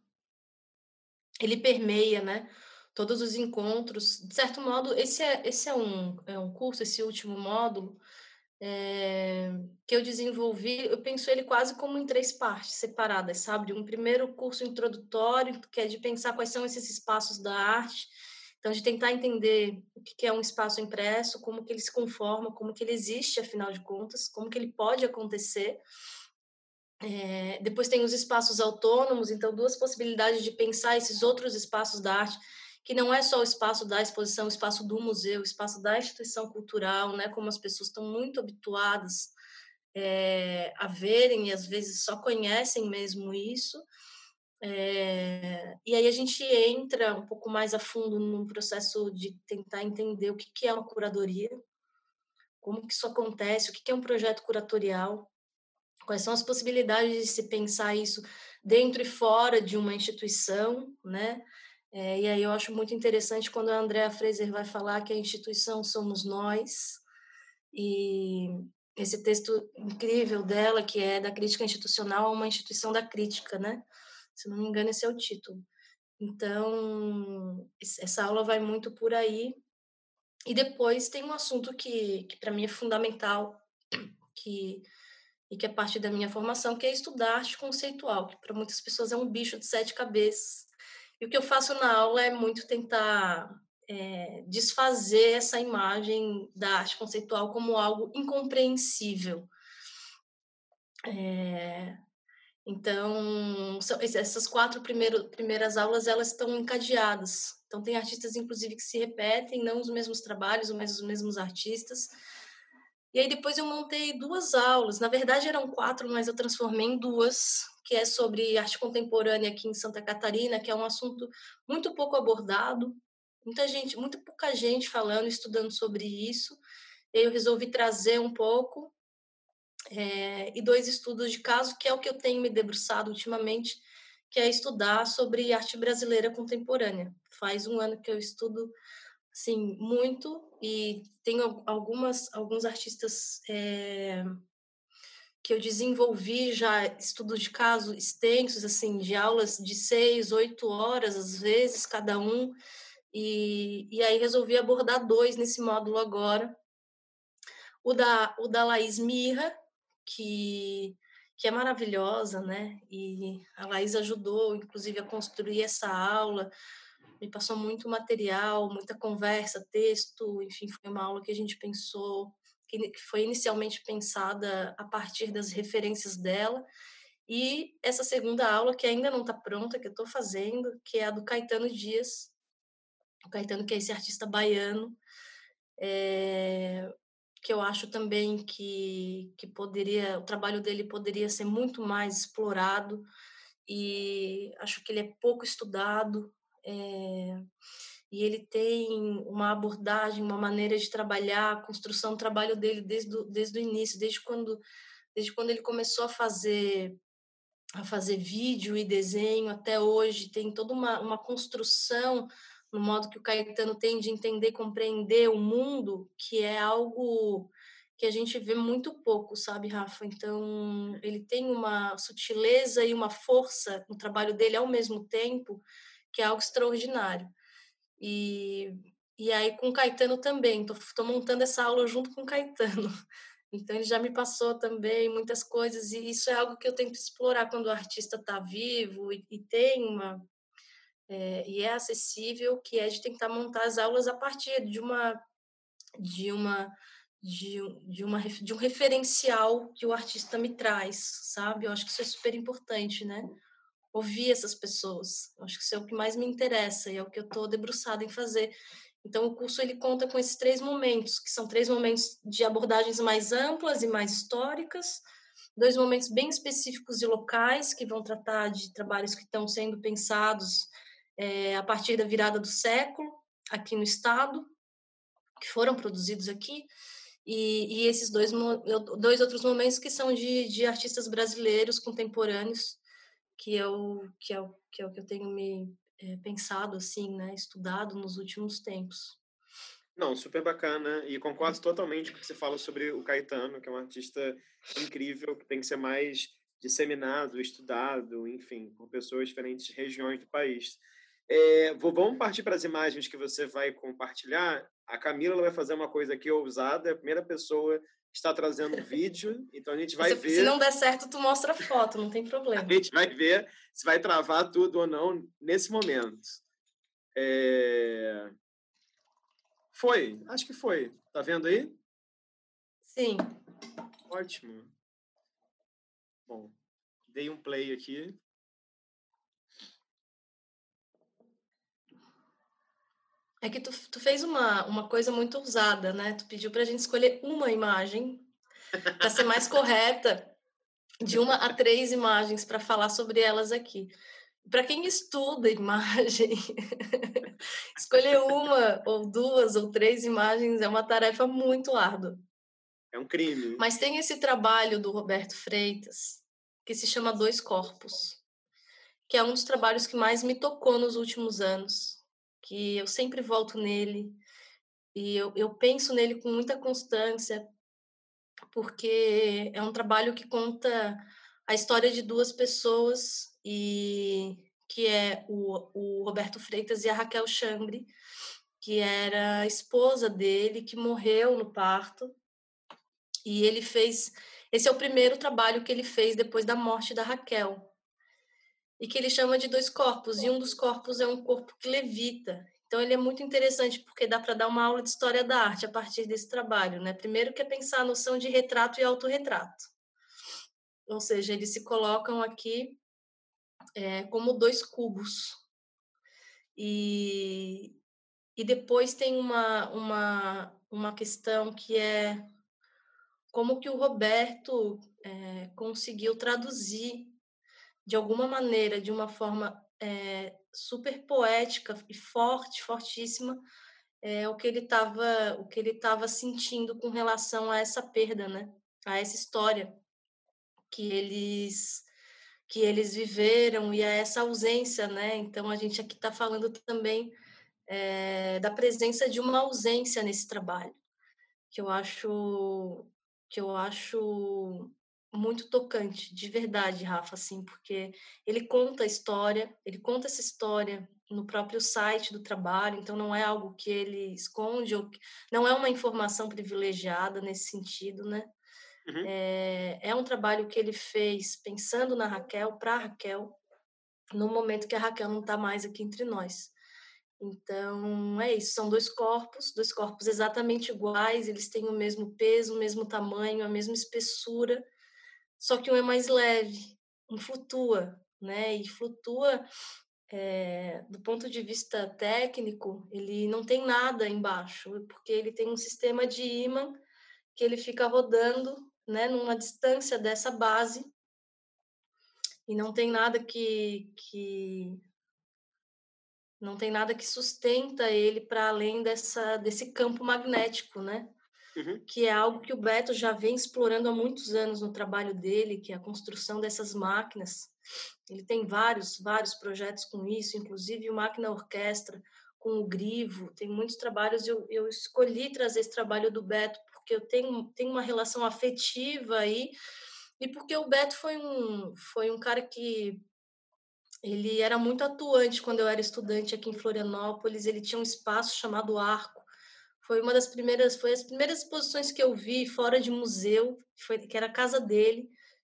Ele permeia, né, todos os encontros. De certo modo, esse é, esse é, um, é um curso, esse último módulo, é, que eu desenvolvi, eu penso ele quase como em três partes separadas, sabe? Um primeiro curso introdutório, que é de pensar quais são esses espaços da arte, então de tentar entender o que é um espaço impresso, como que ele se conforma, como que ele existe, afinal de contas, como que ele pode acontecer. É, depois tem os espaços autônomos, então duas possibilidades de pensar esses outros espaços da arte, que não é só o espaço da exposição, o espaço do museu, o espaço da instituição cultural, né, como as pessoas estão muito habituadas é, a verem e às vezes só conhecem mesmo isso. É, e aí a gente entra um pouco mais a fundo no processo de tentar entender o que, que é uma curadoria, como que isso acontece, o que, que é um projeto curatorial, quais são as possibilidades de se pensar isso dentro e fora de uma instituição, né? É, e aí eu acho muito interessante quando a Andrea Fraser vai falar que a instituição somos nós, e esse texto incrível dela, que é da crítica institucional a uma instituição da crítica, né? Se não me engano, esse é o título. Então, essa aula vai muito por aí. E depois tem um assunto que, que para mim é fundamental, que e que é parte da minha formação, que é estudar arte conceitual, que para muitas pessoas é um bicho de sete cabeças. E o que eu faço na aula é muito tentar é, desfazer essa imagem da arte conceitual como algo incompreensível. É, então, são, essas quatro primeiro, primeiras aulas, elas estão encadeadas. Então, tem artistas, inclusive, que se repetem, não os mesmos trabalhos, mas os mesmos artistas. E aí depois eu montei duas aulas. Na verdade eram quatro, mas eu transformei em duas, que é sobre arte contemporânea aqui em Santa Catarina, que é um assunto muito pouco abordado. Muita gente, muito pouca gente falando, estudando sobre isso. Eu resolvi trazer um pouco é, e dois estudos de caso, que é o que eu tenho me debruçado ultimamente, que é estudar sobre arte brasileira contemporânea. Faz um ano que eu estudo assim, muito, e tenho algumas, alguns artistas é, que eu desenvolvi já estudos de caso extensos, assim, de aulas de seis, oito horas, às vezes, cada um, e, e aí resolvi abordar dois nesse módulo agora. O da, o da Laís Mirra, que, que é maravilhosa, né? E a Laís ajudou, inclusive, a construir essa aula, me passou muito material, muita conversa, texto, enfim, foi uma aula que a gente pensou, que foi inicialmente pensada a partir das referências dela, e essa segunda aula, que ainda não está pronta, que eu estou fazendo, que é a do Caetano Dias, o Caetano, que é esse artista baiano, é, que eu acho também que, que poderia, o trabalho dele poderia ser muito mais explorado, e acho que ele é pouco estudado, é, e ele tem uma abordagem, uma maneira de trabalhar, a construção do trabalho dele desde o, desde o início, desde quando, desde quando ele começou a fazer, a fazer vídeo e desenho até hoje, tem toda uma, uma construção no modo que o Caetano tem de entender, compreender o mundo, que é algo que a gente vê muito pouco, sabe, Rafa? Então, ele tem uma sutileza e uma força no trabalho dele ao mesmo tempo, que é algo extraordinário. E, e aí com o Caetano também, estou montando essa aula junto com o Caetano. Então ele já me passou também muitas coisas, e isso é algo que eu tento explorar quando o artista está vivo e, e tem uma, é, e é acessível, que é de tentar montar as aulas a partir de uma de uma de, um- de uma ref- de um referencial que o artista me traz, sabe? Eu acho que isso é super importante, né? Ouvir essas pessoas. Eu acho que isso é o que mais me interessa e é o que eu estou debruçada em fazer. Então, o curso ele conta com esses três momentos, que são três momentos de abordagens mais amplas e mais históricas, dois momentos bem específicos e locais, que vão tratar de trabalhos que estão sendo pensados é, a partir da virada do século, aqui no Estado, que foram produzidos aqui, e, e esses dois, dois outros momentos que são de, de artistas brasileiros contemporâneos, que é o que é o, que é o que eu tenho me é, pensado assim, né, estudado nos últimos tempos. Não, super bacana, e concordo totalmente com o que você fala sobre o Caetano, que é um artista incrível, que tem que ser mais disseminado, estudado, enfim, por pessoas de diferentes regiões do país. É, vou, vamos partir para as imagens que você vai compartilhar. A Camila ela vai fazer uma coisa aqui ousada, é a primeira pessoa que está trazendo um vídeo, então a gente vai Se, se ver, não der certo, tu mostra a foto, não tem a problema. gente vai ver se vai travar tudo ou não nesse momento. É... Foi, acho que foi. Tá vendo aí? Sim. Ótimo. Bom, dei um play aqui. É que tu, tu fez uma, uma coisa muito ousada, né? Tu pediu pra gente escolher uma imagem para ser mais correta, de uma a três imagens para falar sobre elas aqui. Para quem estuda imagem, escolher uma ou duas ou três imagens é uma tarefa muito árdua. É um crime. Mas tem esse trabalho do Roberto Freitas, que se chama Dois Corpos, que é um dos trabalhos que mais me tocou nos últimos anos, que eu sempre volto nele, e eu, eu penso nele com muita constância, porque é um trabalho que conta a história de duas pessoas, e que é o, o Roberto Freitas e a Raquel Chambre, que era a esposa dele, que morreu no parto, e ele fez... Esse é o primeiro trabalho que ele fez depois da morte da Raquel, e que ele chama de dois corpos, e um dos corpos é um corpo que levita. Então, ele é muito interessante, porque dá para dar uma aula de história da arte a partir desse trabalho, né? Primeiro que é pensar a noção de retrato e autorretrato. Ou seja, eles se colocam aqui é, como dois cubos. E, e depois tem uma, uma, uma questão que é como que o Roberto é, conseguiu traduzir de alguma maneira, de uma forma é, super poética e forte, fortíssima, é, o que ele estava, o que ele estava sentindo com relação a essa perda, né? A essa história que eles que eles viveram e a essa ausência, né? Então a gente aqui está falando também é, da presença de uma ausência nesse trabalho, que eu acho que eu acho muito tocante, de verdade, Rafa, assim, porque ele conta a história, ele conta essa história no próprio site do trabalho, então não é algo que ele esconde, ou não é uma informação privilegiada nesse sentido, né? Uhum. É, é um trabalho que ele fez pensando na Raquel, para a Raquel, no momento que a Raquel não está mais aqui entre nós. Então, é isso, são dois corpos, dois corpos exatamente iguais, eles têm o mesmo peso, o mesmo tamanho, a mesma espessura, só que um é mais leve, um flutua, né? E flutua, é, do ponto de vista técnico, ele não tem nada embaixo, porque ele tem um sistema de ímã que ele fica rodando, né, numa distância dessa base, e não tem nada que, que não tem nada que sustenta ele para além dessa, desse campo magnético, né? Uhum. Que é algo que o Beto já vem explorando há muitos anos no trabalho dele, que é a construção dessas máquinas. Ele tem vários, vários projetos com isso, inclusive o Máquina Orquestra, com o Grivo, tem muitos trabalhos. Eu, eu escolhi trazer esse trabalho do Beto porque eu tenho, tenho uma relação afetiva aí, e porque o Beto foi um, foi um cara que ele era muito atuante quando eu era estudante aqui em Florianópolis. Ele tinha um espaço chamado Arco. Foi uma das primeiras, foi as primeiras exposições que eu vi fora de museu, foi, que era a casa dele,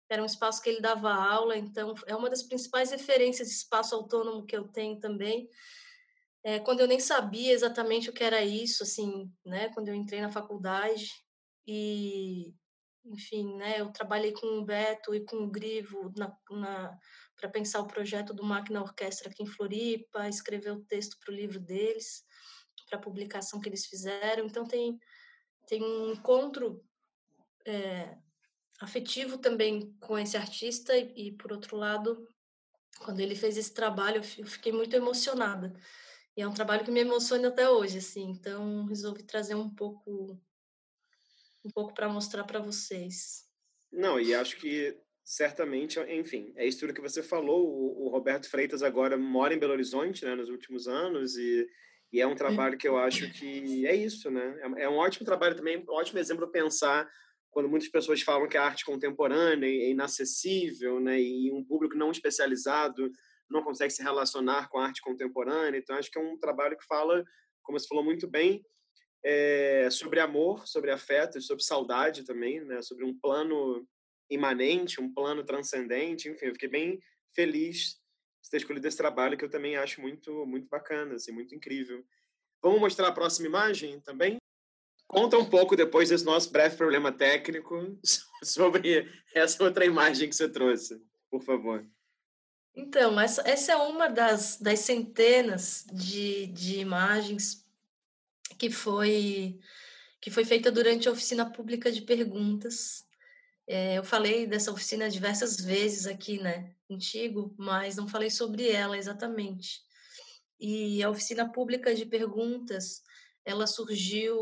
era um espaço que ele dava aula, então é uma das principais referências de espaço autônomo que eu tenho também. É, quando eu nem sabia exatamente o que era isso, assim, né, quando eu entrei na faculdade e, enfim, né, eu trabalhei com o Beto e com o Grivo na na pra pensar o projeto do Máquina Orquestra aqui em Floripa, escrever o texto para o livro deles, pra publicação que eles fizeram. Então tem tem um encontro, eh, afetivo também com esse artista e e por outro lado, quando ele fez esse trabalho eu fi eu fiquei muito emocionada. E é um trabalho que me emociona até hoje, assim, então resolvi trazer um pouco um pouco para mostrar para vocês. Não, e acho que certamente, enfim, é isso tudo que você falou. O, o Roberto Freitas agora mora em Belo Horizonte, né, nos últimos anos, e, e é um trabalho que eu acho que é isso, né? É, é um ótimo trabalho também, um ótimo exemplo pensar quando muitas pessoas falam que a arte contemporânea é inacessível, né, e um público não especializado não consegue se relacionar com a arte contemporânea. Então, acho que é um trabalho que fala, como você falou muito bem, é, sobre amor, sobre afeto, sobre saudade também, né? Sobre um plano imanente, um plano transcendente. Enfim, eu fiquei bem feliz de ter escolhido esse trabalho, que eu também acho muito, muito bacana, assim, muito incrível. Vamos mostrar a próxima imagem também? Conta um pouco, depois desse nosso breve problema técnico, sobre essa outra imagem que você trouxe, por favor. Então, essa essa é uma das das centenas de de imagens que foi que foi feita durante a oficina pública de perguntas. Eh, eu falei dessa oficina diversas vezes aqui, né, contigo, mas não falei sobre ela exatamente. E a oficina pública de perguntas, ela surgiu,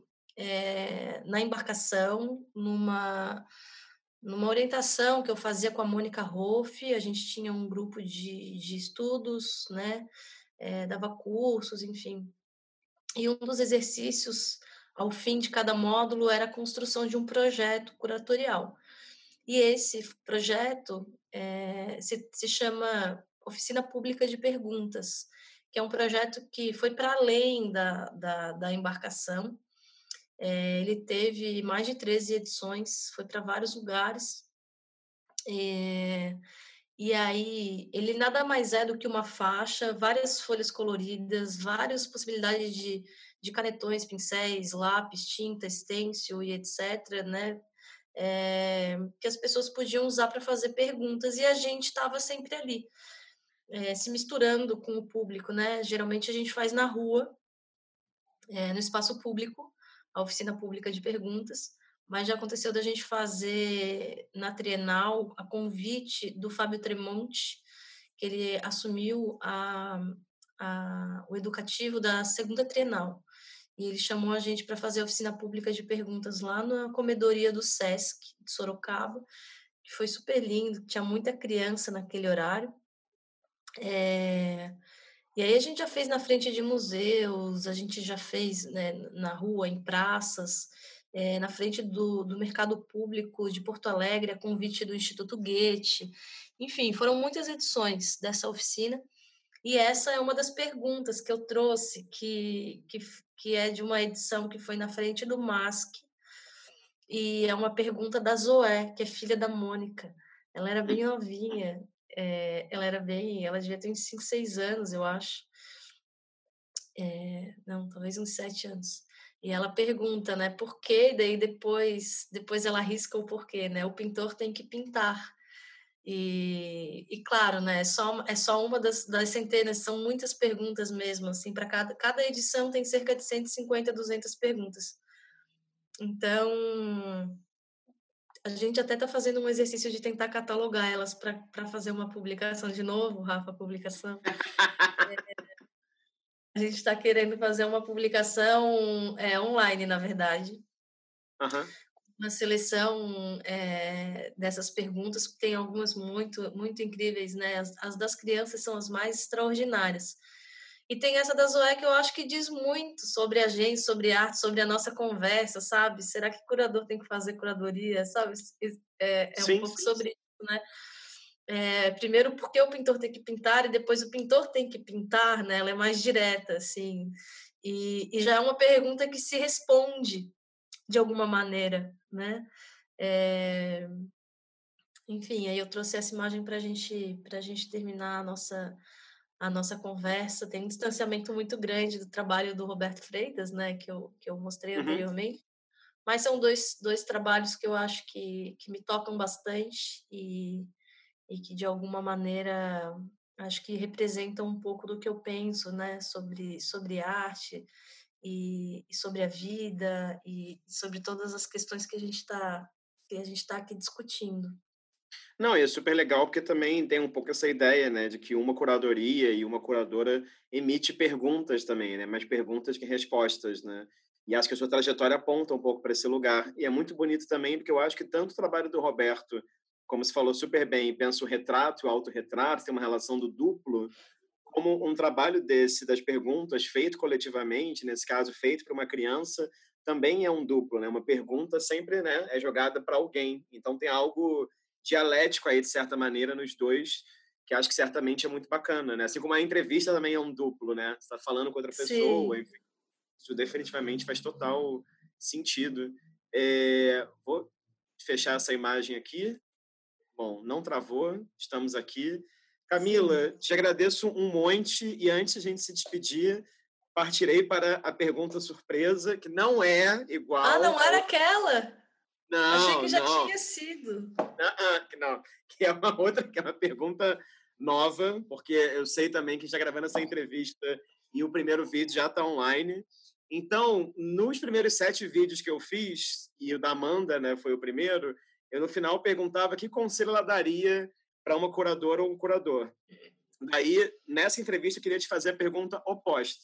eh, na embarcação, numa numa orientação que eu fazia com a Mônica Hoff. A gente tinha um grupo de de estudos, né, eh, dava cursos, enfim. E um dos exercícios, ao fim de cada módulo, era a construção de um projeto curatorial. E esse projeto, eh, se se chama Oficina Pública de Perguntas, que é um projeto que foi para além da da da embarcação. Eh, ele teve mais de treze edições, foi para vários lugares. Eh, e aí ele nada mais é do que uma faixa, várias folhas coloridas, várias possibilidades de de canetões, pincéis, lápis, tinta, estêncil e etcétera, né, eh, que as pessoas podiam usar para fazer perguntas e a gente estava sempre ali, eh, se misturando com o público, né. Geralmente a gente faz na rua, eh, no espaço público, a oficina pública de perguntas, mas já aconteceu da gente fazer na Trienal, a convite do Fábio Tremonti, que ele assumiu a a o educativo da segunda Trienal. E ele chamou a gente para fazer a oficina pública de perguntas lá na comedoria do Sesc de Sorocaba, que foi super lindo, tinha muita criança naquele horário. Eh, e aí a gente já fez na frente de museus, a gente já fez, né, na rua, em praças, eh, na frente do do mercado público de Porto Alegre, a convite do Instituto Goethe. Enfim, foram muitas edições dessa oficina, e essa é uma das perguntas que eu trouxe, que que f que é de uma edição que foi na frente do MASP, e é uma pergunta da Zoé, que é filha da Mônica. Ela era bem novinha, eh, ela era bem ela devia ter uns cinco, seis anos, eu acho. Eh, não, talvez uns sete anos. E ela pergunta, né, por quê, daí depois depois ela risca o porquê, né, o pintor tem que pintar. E e claro, né, é só é só uma das das centenas, são muitas perguntas mesmo, assim, para cada cada edição tem cerca de cento e cinquenta, duzentas perguntas. Então, a gente até está fazendo um exercício de tentar catalogar elas para pra fazer uma publicação de novo, Rafa, publicação. A gente está querendo fazer uma publicação, eh, online, na verdade, Aham. uma seleção, eh, dessas perguntas, que tem algumas muito muito incríveis, né, as as das crianças são as mais extraordinárias. E tem essa da Zoé que eu acho que diz muito sobre a gente, sobre arte, sobre a nossa conversa, sabe. Será que curador tem que fazer curadoria, sabe, é é um Sim, pouco sim. sobre isso, né. Eh, primeiro porque o pintor tem que pintar e depois o pintor tem que pintar, né, ela é mais direta, assim, e e já é uma pergunta que se responde de alguma maneira, né. Eh Enfim, aí eu trouxe essa imagem para gente, para gente terminar a nossa, a nossa conversa. Tem um distanciamento muito grande do trabalho do Roberto Freitas, né, que eu, que eu mostrei Uhum. anteriormente, mas são dois, dois trabalhos que eu acho que, que me tocam bastante e, e que, de alguma maneira, acho que representam um pouco do que eu penso, né, sobre, sobre arte e, e sobre a vida e sobre todas as questões que a gente está que a gente está aqui discutindo. Não, e é super legal porque também tem um pouco essa ideia, né, de que uma curadoria e uma curadora emite perguntas também, né, mais perguntas que respostas, né. E acho que a sua trajetória aponta um pouco para esse lugar. E é muito bonito também, porque eu acho que tanto o trabalho do Roberto, como você falou super bem, pensa o retrato, o autorretrato, tem uma relação do duplo, como um trabalho desse, das perguntas, feito coletivamente, nesse caso, feito para uma criança, também é um duplo, né? Uma pergunta sempre, né, é jogada para alguém. Então tem algo dialético aí, de certa maneira, nos dois, que acho que certamente é muito bacana, né? Assim como a entrevista também é um duplo, né? Você está falando com outra pessoa, Sim. enfim, isso definitivamente faz total sentido. É, vou fechar essa imagem aqui. Bom, não travou, estamos aqui. Sim. Camila, te agradeço um monte e antes de a gente se despedir, partirei para a pergunta surpresa, que não é Ah, igual não a era outra. aquela? Achei que Não, já não, tinha sido. não, não, que é uma outra, que é uma pergunta nova, porque eu sei também que está gravando essa entrevista e o primeiro vídeo já está online. Então, nos primeiros sete vídeos que eu fiz, e o da Amanda, né, foi o primeiro, eu no final perguntava que conselho ela daria para uma curadora ou um curador. Daí, nessa entrevista, eu queria te fazer a pergunta oposta.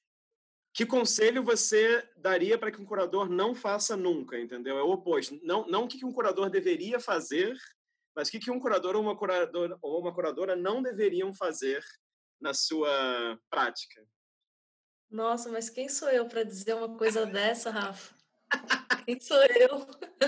Que conselho você daria para que um curador não faça nunca, entendeu? É o oposto. Não, não o que um curador deveria fazer, mas o que um curador ou uma curadora, ou uma curadora não deveriam fazer na sua prática. Nossa, mas quem sou eu para dizer uma coisa dessa, Rafa? Quem sou eu?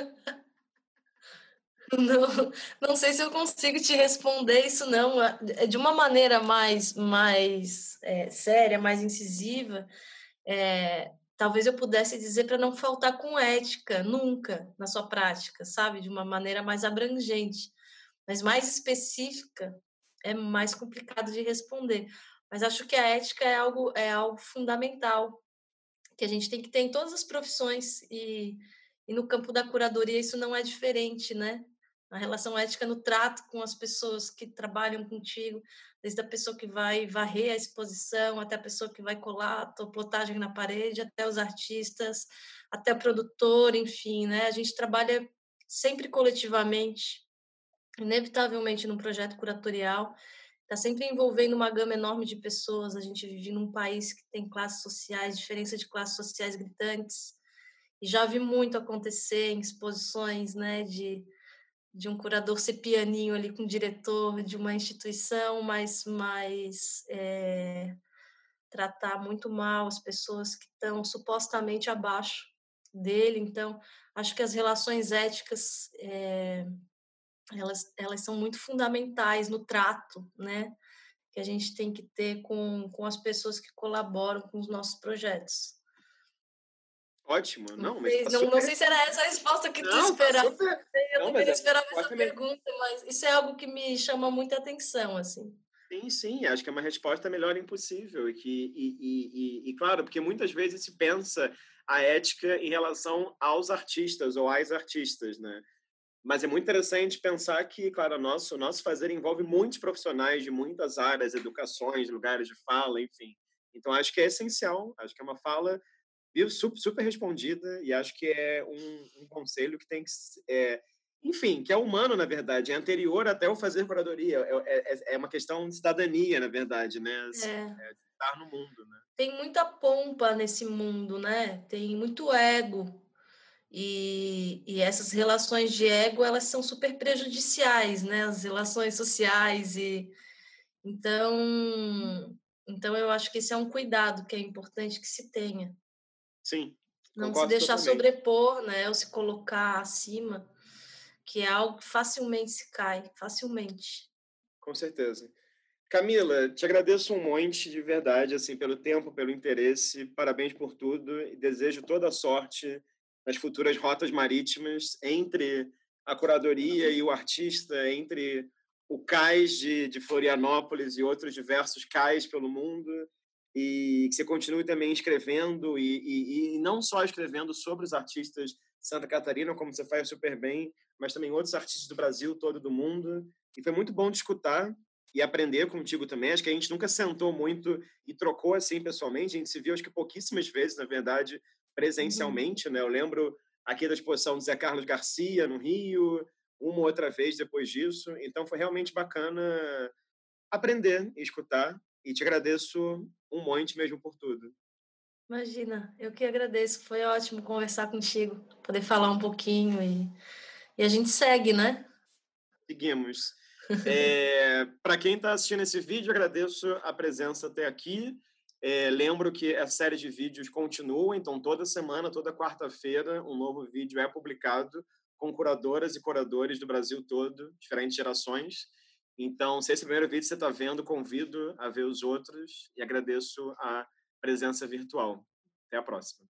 Não, não sei se eu consigo te responder isso não. É de uma maneira mais, mais é, séria, mais incisiva. É, talvez eu pudesse dizer para não faltar com ética, nunca, na sua prática, sabe? De uma maneira mais abrangente, mas mais específica, é mais complicado de responder. Mas acho que a ética é algo, é algo fundamental, que a gente tem que ter em todas as profissões, e, e no campo da curadoria isso não é diferente, né? A relação ética no trato com as pessoas que trabalham contigo, desde a pessoa que vai varrer a exposição, até a pessoa que vai colar a topotagem na parede, até os artistas, até o produtor, enfim, né? A gente trabalha sempre coletivamente, inevitavelmente num projeto curatorial, está sempre envolvendo uma gama enorme de pessoas. A gente vive num país que tem classes sociais, diferença de classes sociais gritantes, e já vi muito acontecer em exposições, né, de, de um curador ser pianinho ali com o diretor de uma instituição, mas, mas é, tratar muito mal as pessoas que estão supostamente abaixo dele. Então, acho que as relações éticas, é, elas, elas são muito fundamentais no trato, né, que a gente tem que ter com, com as pessoas que colaboram com os nossos projetos. Ótimo. Não Não, mas sei, está não, não super... sei se era essa a resposta que tu Não, tá esperava. super... Eu Não, também mas não é uma esperava essa resposta... me- pergunta, mas isso é algo que me chama muita atenção, assim. Sim, sim, acho que é uma resposta melhor impossível. E, que, e, e, e, e, claro, porque muitas vezes se pensa a ética em relação aos artistas ou às artistas, né? Mas é muito interessante pensar que, claro, o nosso, o nosso fazer envolve muitos profissionais de muitas áreas, educações, lugares de fala, enfim. Então, acho que é essencial, acho que é uma fala viu, super, super respondida e acho que é um, um conselho que tem que... É, enfim, que é humano, na verdade, é anterior até o fazer curadoria. É, é, é uma questão de cidadania, na verdade, né? Assim, É, é de estar no mundo, né? tem muita pompa nesse mundo, né? Tem muito ego. E, e essas relações de ego, elas são super prejudiciais, né? As relações sociais. E então, então eu acho que esse é um cuidado que é importante que se tenha. Sim, Não se concordo deixar totalmente. sobrepor, né? Ou se colocar acima, que é algo que facilmente se cai, facilmente. Com certeza. Camila, te agradeço um monte de verdade, assim, pelo tempo, pelo interesse. Parabéns por tudo e desejo toda a sorte nas futuras rotas marítimas entre a curadoria e o artista entre o cais de, de Florianópolis e outros diversos cais pelo mundo, e que você continue também escrevendo, e, e, e não só escrevendo sobre os artistas de Santa Catarina, como você faz super bem, mas também outros artistas do Brasil todo, do mundo. E foi muito bom de escutar e aprender contigo também. Acho que a gente nunca sentou muito e trocou assim pessoalmente. A gente se viu, acho que pouquíssimas vezes, na verdade, Uhum. presencialmente, né? Eu lembro aqui da exposição do Zé Carlos Garcia, no Rio, uma ou outra vez depois disso. Então, foi realmente bacana aprender e escutar. E te agradeço um monte mesmo por tudo. Imagina, eu que agradeço. Foi ótimo conversar contigo, poder falar um pouquinho e, e a gente segue, né? Seguimos. É, para quem está assistindo esse vídeo, agradeço a presença até aqui. É, lembro que a série de vídeos continua, então toda semana, toda quarta-feira, um novo vídeo é publicado com curadoras e curadores do Brasil todo, diferentes gerações. Então, se esse é o primeiro vídeo que você está vendo, convido a ver os outros e agradeço a presença virtual. Até a próxima.